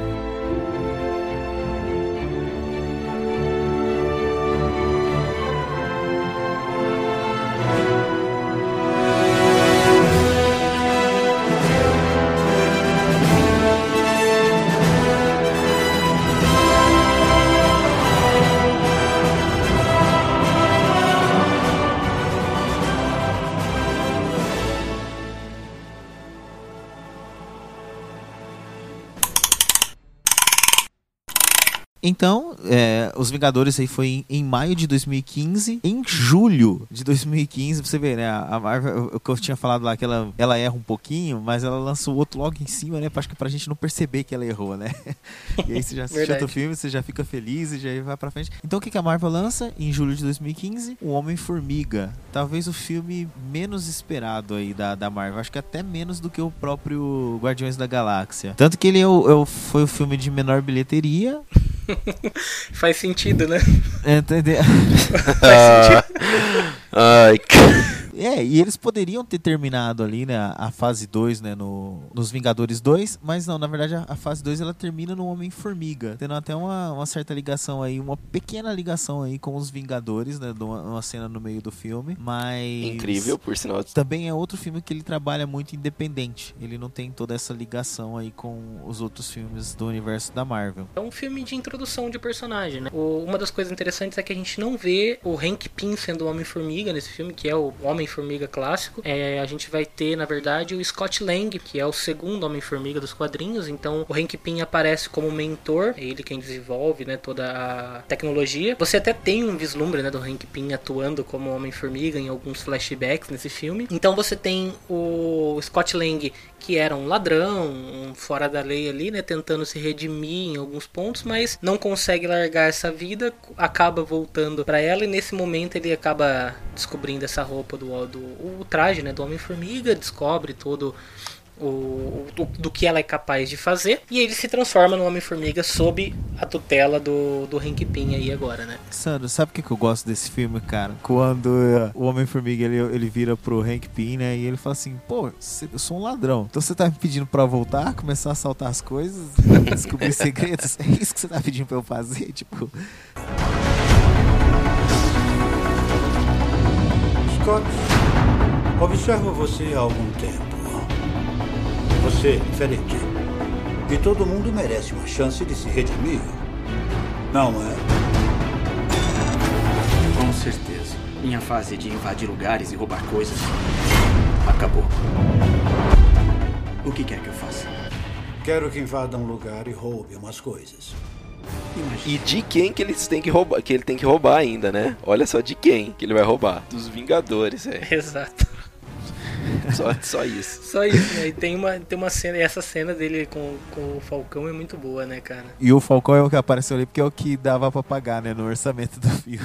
Então, é, os Vingadores aí foi em, em maio de dois mil e quinze. Em julho de dois mil e quinze, você vê, né? A Marvel, o que eu tinha falado lá, que ela, ela erra um pouquinho, mas ela lança o outro logo em cima, né? Acho que pra gente não perceber que ela errou, né? E aí você já assiste outro filme, você já fica feliz e já vai pra frente. Então o que, que a Marvel lança? Em julho de dois mil e quinze, o Homem-Formiga. Talvez o filme menos esperado aí da, da Marvel. Acho que até menos do que o próprio Guardiões da Galáxia. Tanto que ele é o, é, foi o filme de menor bilheteria. Faz sentido, né? Entendeu? Faz sentido. Ai, cara. É, e eles poderiam ter terminado ali, né, a fase dois, né, no, nos Vingadores dois, mas não, na verdade a, a fase dois ela termina no Homem-Formiga, tendo até uma, uma certa ligação aí, uma pequena ligação aí com os Vingadores, né, uma, uma cena no meio do filme, mas... Incrível, por sinal. Também é outro filme que ele trabalha muito independente, ele não tem toda essa ligação aí com os outros filmes do universo da Marvel. É um filme de introdução de personagem, né? O, uma das coisas interessantes é que a gente não vê o Hank Pym sendo o Homem-Formiga nesse filme, que é o Homem Homem-Formiga clássico. É, a gente vai ter, na verdade, o Scott Lang, que é o segundo Homem-Formiga dos quadrinhos. Então, o Hank Pym aparece como mentor, é ele quem desenvolve, né, toda a tecnologia. Você até tem um vislumbre, né, do Hank Pym atuando como Homem-Formiga em alguns flashbacks nesse filme. Então, você tem o Scott Lang, que era um ladrão, um fora da lei ali, né, tentando se redimir em alguns pontos, mas não consegue largar essa vida, acaba voltando pra ela, e nesse momento ele acaba descobrindo essa roupa do, do o traje, né, do Homem-Formiga, descobre todo o, do, do que ela é capaz de fazer, e ele se transforma no Homem-Formiga sob a tutela do, do Hank Pym aí agora, né? Sandro, sabe o que, que eu gosto desse filme, cara? Quando uh, o Homem-Formiga, ele, ele vira pro Hank Pym, né, e ele fala assim, pô, eu sou um ladrão, então você tá me pedindo pra voltar, começar a assaltar as coisas, descobrir segredos, é isso que você tá pedindo pra eu fazer? Tipo... Scott, observo você há algum tempo. Você é diferente. E todo mundo merece uma chance de se redimir. Não é? Com certeza. Minha fase de invadir lugares e roubar coisas acabou. O que quer que eu faça? Quero que invada um lugar e roube umas coisas. E de quem que eles têm que roubar, que ele tem que roubar ainda, né? Olha só de quem que ele vai roubar. Dos Vingadores, é. Exato. Só, só isso. Só isso, né? E tem uma, tem uma cena, e essa cena dele com, com o Falcão é muito boa, né, cara? E o Falcão é o que apareceu ali porque é o que dava pra pagar, né, no orçamento do filme.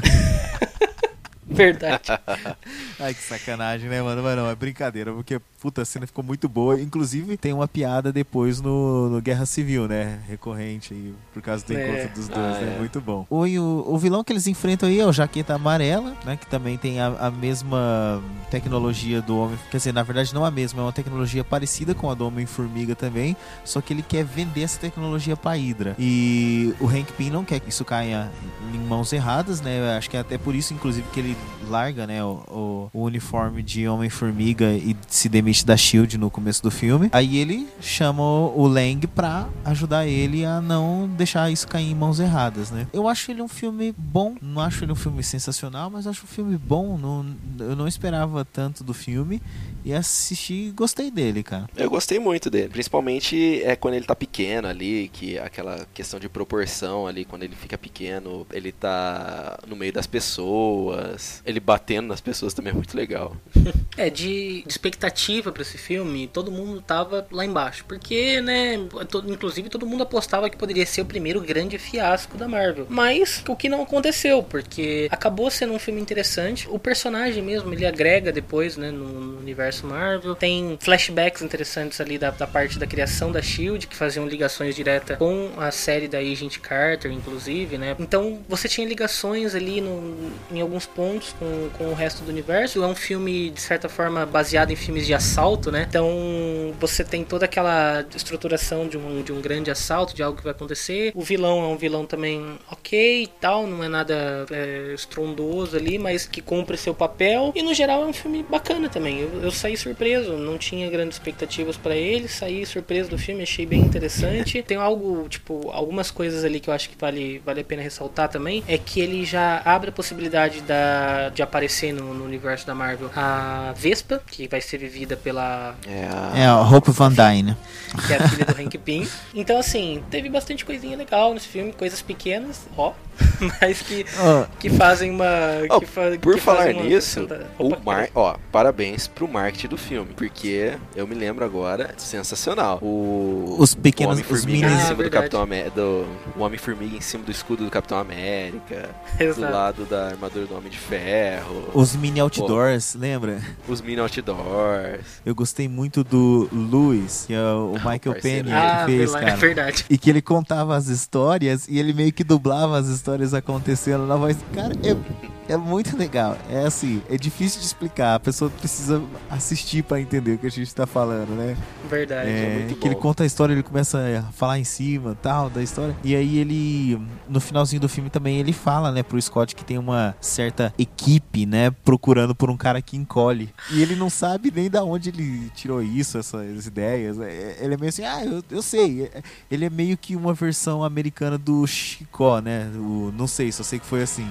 Verdade. Ai, que sacanagem, né, mano? Mas não, é brincadeira, porque, puta, a cena ficou muito boa. Inclusive, tem uma piada depois no, no Guerra Civil, né? Recorrente aí, por causa do é. encontro dos dois, ah, né? É. Muito bom. O, o, o vilão que eles enfrentam aí é o Jaqueta Amarela, né? Que também tem a, a mesma tecnologia do Homem... Quer dizer, na verdade, não a mesma, é uma tecnologia parecida com a do Homem-Formiga também, só que ele quer vender essa tecnologia pra Hydra. E o Hank Pym não quer que isso caia em mãos erradas, né? Acho que é até por isso, inclusive, que ele larga, né, o, o, o uniforme de Homem-Formiga e se demite da Shield no começo do filme. Aí ele chama o Lang pra ajudar ele a não deixar isso cair em mãos erradas, né? Eu acho ele um filme bom, não acho ele um filme sensacional, mas acho um filme bom. Não, eu não esperava tanto do filme e assisti e gostei dele, cara. Eu gostei muito dele, principalmente é quando ele tá pequeno ali, que aquela questão de proporção ali, quando ele fica pequeno, ele tá no meio das pessoas, ele batendo nas pessoas também é muito legal. É, de, de expectativa pra esse filme, todo mundo tava lá embaixo, porque, né, to, inclusive todo mundo apostava que poderia ser o primeiro grande fiasco da Marvel, mas o que não aconteceu, porque acabou sendo um filme interessante, o personagem mesmo, ele agrega depois, né, no, no universo Marvel, tem flashbacks interessantes ali da, da parte da criação da Shield, que faziam ligações diretas com a série da Agent Carter, inclusive, né, então você tinha ligações ali no, em alguns pontos com, com o resto do universo. É um filme, de certa forma, baseado em filmes de assalto, né? Então, você tem toda aquela estruturação de um, de um grande assalto, de algo que vai acontecer. O vilão é um vilão também ok e tal, não é nada é, estrondoso ali, mas que cumpre seu papel. E, no geral, é um filme bacana também. Eu, eu saí surpreso, não tinha grandes expectativas pra ele, saí surpreso do filme, achei bem interessante. Tem algo, tipo, algumas coisas ali que eu acho que vale, vale a pena ressaltar também, é que ele já abre a possibilidade da, de aparecer no, no universo da Marvel a Vespa, que vai ser vivida pela... É a, é a Hope Van Dyne, que é a filha do Hank Pym. Então, assim, teve bastante coisinha legal nesse filme, coisas pequenas, ó, mas que, oh. que fazem uma... Oh, que fa, por que falar nisso, o mar, ó, parabéns pro marketing do filme, porque eu me lembro agora, sensacional. O, os pequenos... O Homem-Formiga ah, em cima verdade. do Capitão América, do, o Homem-Formiga em cima do escudo do Capitão América, Exato. Do lado da armadura do Homem de Ferro. Os mini outdoors, Pô, lembra? Os mini outdoors. Eu gostei muito do Louis, que é o Michael Penny ah, que fez, cara. É verdade. E que ele contava as histórias e ele meio que dublava as histórias acontecendo na voz. Cara, é, é muito legal. É assim, é difícil de explicar. A pessoa precisa assistir pra entender o que a gente tá falando, né? Verdade. É, é muito que bom. ele conta a história, ele começa a falar em cima, tal, da história. E aí ele, no finalzinho do filme também, ele fala, né, pro Scott que tem uma certa equipe, né, procurando por um cara que encolhe. E ele não sabe nem da onde ele tirou isso, essas ideias. Ele é meio assim, ah, eu, eu sei. Ele é meio que uma versão americana do Chicó, né? O, não sei, só sei que foi assim.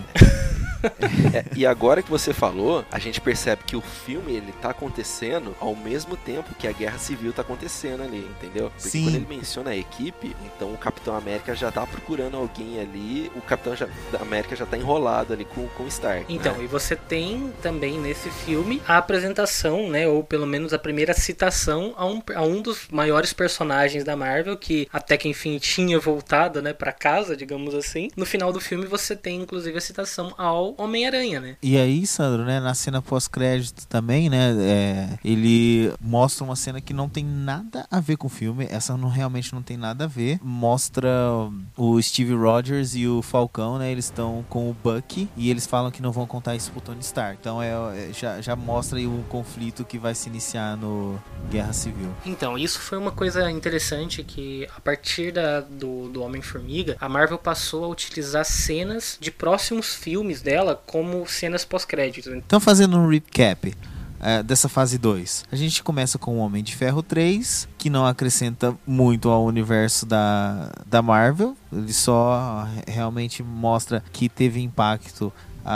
É, e agora que você falou, a gente percebe que o filme ele tá acontecendo ao mesmo tempo que a Guerra Civil tá acontecendo ali, entendeu? Porque Sim. quando ele menciona a equipe, então o Capitão América já tá procurando alguém ali, o Capitão já, América já tá enrolado ali com, com o Stark. Então, né? E você tem também nesse filme a apresentação, né, ou pelo menos a primeira citação a um, a um dos maiores personagens da Marvel, que até que enfim tinha voltado, né, pra casa, digamos assim. No final do filme você tem inclusive a citação ao ao Homem-Aranha, né? E aí, Sandro, né, na cena pós-crédito também, né, é, ele mostra uma cena que não tem nada a ver com o filme, essa não, realmente não tem nada a ver, mostra o Steve Rogers e o Falcão, né, eles estão com o Bucky e eles falam que não vão contar isso pro Tony Stark, então é, é, já, já mostra aí um conflito que vai se iniciar no Guerra Civil. Então, isso foi uma coisa interessante que a partir da, do, do Homem-Formiga, a Marvel passou a utilizar cenas de próximos filmes dela como cenas pós-créditos. Então, fazendo um recap é, dessa fase dois, a gente começa com o Homem de Ferro três, que não acrescenta muito ao universo da, da Marvel, ele só realmente mostra que teve impacto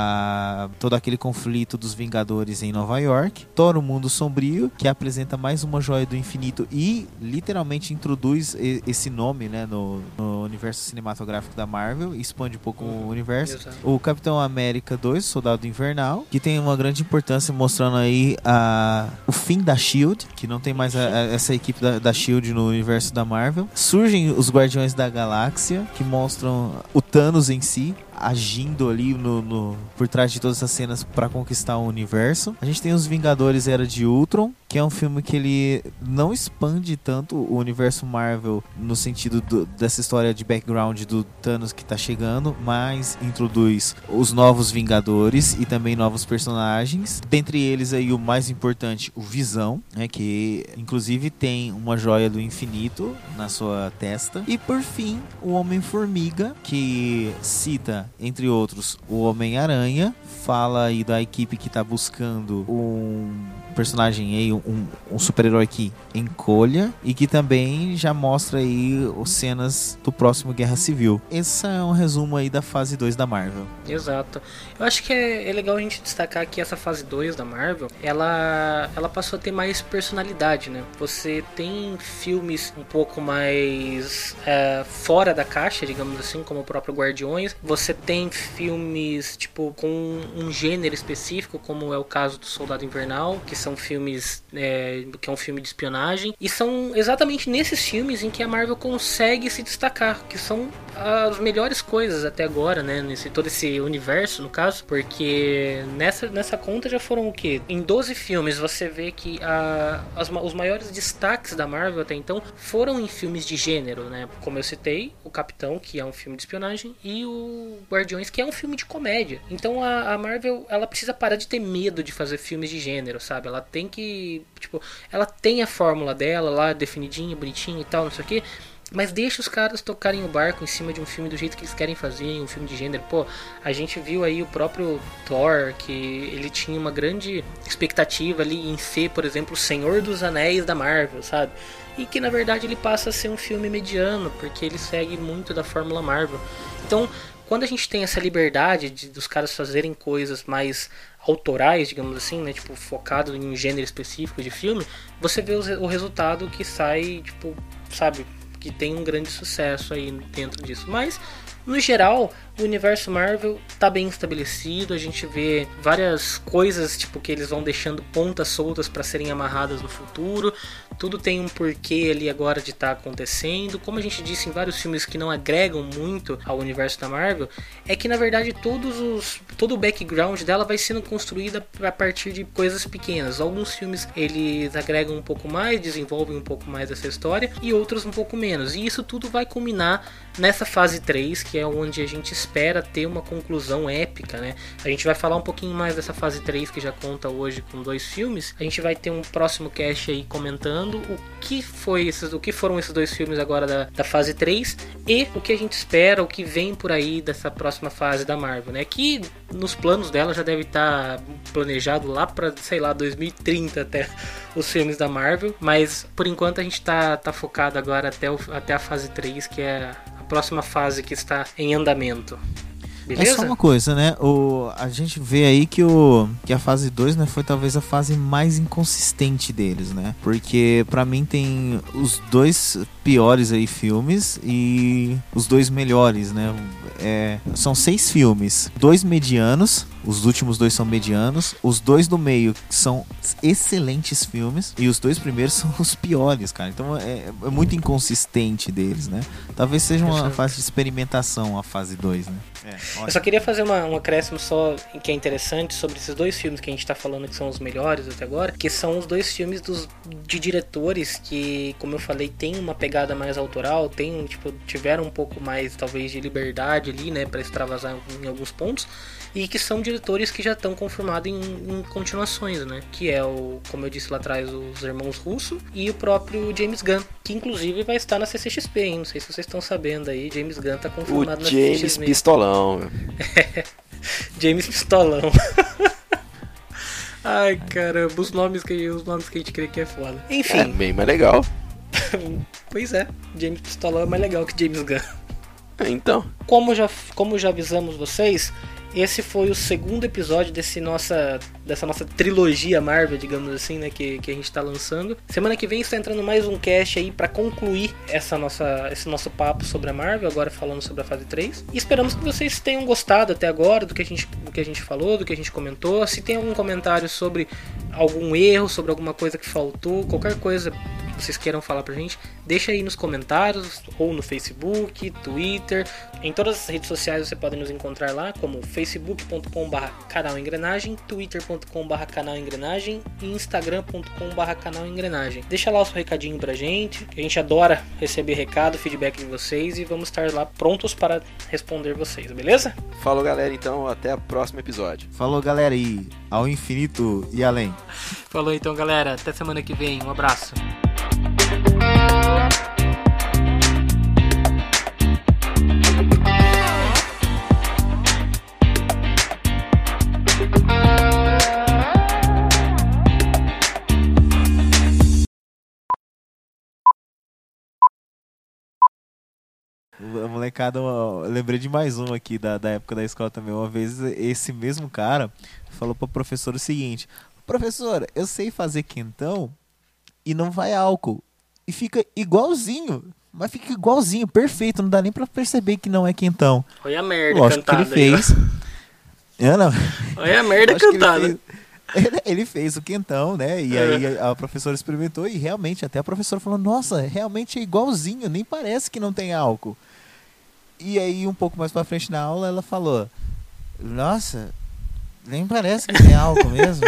a todo aquele conflito dos Vingadores em Nova York. Thor, o Mundo Sombrio, que apresenta mais uma joia do infinito e literalmente introduz esse nome, né, no, no universo cinematográfico da Marvel, expande um pouco o universo. Exato. O Capitão América dois, Soldado Invernal, que tem uma grande importância mostrando aí a, o fim da SHIELD, que não tem mais a, a, essa equipe da, da SHIELD no universo da Marvel. Surgem os Guardiões da Galáxia, que mostram o Thanos em si agindo ali no, no, por trás de todas essas cenas para conquistar o universo. A gente tem os Vingadores Era de Ultron, que é um filme que ele não expande tanto o universo Marvel no sentido do, dessa história de background do Thanos que tá chegando, mas introduz os novos Vingadores e também novos personagens. Dentre eles aí o mais importante, o Visão, né, que inclusive tem uma joia do infinito na sua testa. E por fim, o Homem-Formiga, que cita, entre outros, o Homem-Aranha, fala aí da equipe que tá buscando um personagem aí, um, um super-herói que encolha e que também já mostra aí as cenas do próximo Guerra Civil. Esse é um resumo aí da fase dois da Marvel. Exato. Eu acho que é, é legal a gente destacar que essa fase dois da Marvel, ela, ela passou a ter mais personalidade, né? Você tem filmes um pouco mais é, fora da caixa, digamos assim, como o próprio Guardiões. Você tem filmes tipo com um gênero específico, como é o caso do Soldado Invernal, que são filmes é, que é um filme de espionagem, e são exatamente nesses filmes em que a Marvel consegue se destacar, que são as melhores coisas até agora, né, nesse todo esse universo, no caso, porque nessa, nessa conta já foram o quê? Em doze filmes você vê que a, as, os maiores destaques da Marvel até então foram em filmes de gênero, né, como eu citei, o Capitão, que é um filme de espionagem, e o Guardiões, que é um filme de comédia. Então a, a Marvel, ela precisa parar de ter medo de fazer filmes de gênero, sabe? Ela tem que, tipo, ela tem a fórmula dela lá, definidinha, bonitinha e tal, não sei o que, mas deixa os caras tocarem o barco em cima de um filme do jeito que eles querem fazer, um filme de gênero. Pô, a gente viu aí o próprio Thor, que ele tinha uma grande expectativa ali em ser, por exemplo, o Senhor dos Anéis da Marvel, sabe? E que na verdade ele passa a ser um filme mediano, porque ele segue muito da fórmula Marvel. Então, quando a gente tem essa liberdade de, dos caras fazerem coisas mais autorais, digamos assim, né, tipo, focado em um gênero específico de filme, você vê o, o resultado que sai, tipo, sabe, que tem um grande sucesso aí dentro disso. Mas, no geral, o universo Marvel tá bem estabelecido, a gente vê várias coisas, tipo, que eles vão deixando pontas soltas para serem amarradas no futuro, tudo tem um porquê ali agora de estar tá acontecendo. Como a gente disse em vários filmes que não agregam muito ao universo da Marvel, é que na verdade todos os, todo o background dela vai sendo construído a partir de coisas pequenas. Alguns filmes eles agregam um pouco mais, desenvolvem um pouco mais essa história, e outros um pouco menos, e isso tudo vai culminar nessa fase três, que é onde a gente espera ter uma conclusão épica, né? A gente vai falar um pouquinho mais dessa fase três, que já conta hoje com dois filmes. A gente vai ter um próximo cast aí comentando o que foi esses, o que foram esses dois filmes agora da, da fase três e o que a gente espera, o que vem por aí dessa próxima fase da Marvel, né? Que nos planos dela já deve estar planejado lá para, sei lá, dois mil e trinta até os filmes da Marvel, mas por enquanto a gente tá, tá focado agora até, o, até a fase três, que é a próxima fase que está em andamento. Beleza? É só uma coisa, né? O, a gente vê aí que, o, que a fase dois, né, foi talvez a fase mais inconsistente deles, né? Porque pra mim tem os dois piores aí filmes e os dois melhores, né? é, são seis filmes, dois medianos, os últimos dois são medianos, os dois do meio são excelentes filmes e os dois primeiros são os piores, cara. Então é, é muito inconsistente deles, né? Talvez seja uma fase de experimentação a fase dois, né? É, eu só queria fazer uma, um acréscimo só que é interessante sobre esses dois filmes que a gente tá falando que são os melhores até agora, que são os dois filmes dos, de diretores que, como eu falei, tem uma pegada mais autoral, tem, tipo, tiveram um pouco mais, talvez, de liberdade ali, né, pra extravasar em, em alguns pontos, e que são diretores que já estão confirmados em, em continuações, né, que é o, como eu disse lá atrás, os irmãos Russo e o próprio James Gunn, que inclusive vai estar na C C X P, hein, não sei se vocês estão sabendo aí, James Gunn tá confirmado o na James C C X P. Pistolão. James Pistolão. Ai, caramba, os nomes que, os nomes que a gente crê que é foda. Enfim. É bem mais legal. Pois é, James Pistolão é mais legal que James Gunn. Então. Como já, como já avisamos vocês, esse foi o segundo episódio desse nossa, dessa nossa trilogia Marvel, digamos assim, né, que, que a gente tá lançando. Semana que vem está entrando mais um cast aí pra concluir essa nossa, esse nosso papo sobre a Marvel, agora falando sobre a fase três. E esperamos que vocês tenham gostado até agora do que a gente, do que a gente falou, do que a gente comentou. Se tem algum comentário sobre algum erro, sobre alguma coisa que faltou, qualquer coisa que vocês queiram falar pra gente, deixa aí nos comentários, ou no Facebook, Twitter, em todas as redes sociais você pode nos encontrar lá, como facebook ponto com barra canal engrenagem, twitter ponto com barra canal engrenagem e instagram ponto com barra canal engrenagem. Deixa lá o seu recadinho pra gente, que a gente adora receber recado, feedback de vocês, e vamos estar lá prontos para responder vocês, beleza? Falou, galera, então até o próximo episódio. Falou, galera, e ao infinito e além. Falou então, galera, até semana que vem, um abraço. A molecada, eu lembrei de mais um aqui da, da época da escola também. Uma vez esse mesmo cara falou pra professora o seguinte: professora, eu sei fazer quentão e não vai álcool. E fica igualzinho. Mas fica igualzinho, perfeito. Não dá nem pra perceber que não é quentão. Olha a merda Lógico cantada. Que ele fez. Eu não. Olha a merda cantada. Ele fez, ele, ele fez o quentão, né? E é. aí a, a professora experimentou e realmente até a professora falou: nossa, realmente é igualzinho, nem parece que não tem álcool. E aí um pouco mais pra frente na aula ela falou: nossa, nem parece que tem álcool mesmo.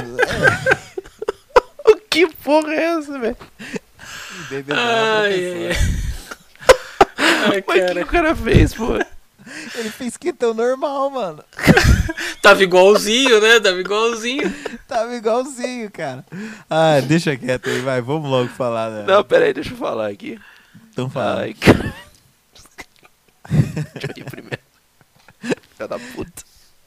O que porra é essa, velho? Ai, ai, ai. Ai, mas o que o cara fez, pô? Ele fez quentão normal, mano. Tava igualzinho, né? Tava igualzinho. Tava igualzinho, cara. Ah, deixa quieto aí, vai. Vamos logo falar, né? Não, pera aí, deixa eu falar aqui. Então fala. Ai, cara. Deixa eu ir primeiro. Filha da puta.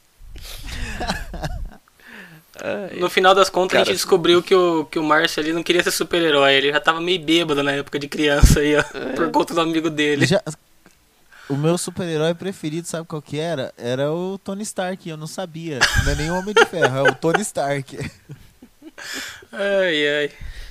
Ai, no final das contas, cara, a gente descobriu que o, que o Márcio ali não queria ser super-herói. Ele já tava meio bêbado na época de criança aí, ó, é. por conta do amigo dele. Já, o meu super-herói preferido, sabe qual que era? Era o Tony Stark, eu não sabia. Não é nem o Homem de Ferro, é o Tony Stark. Ai, ai.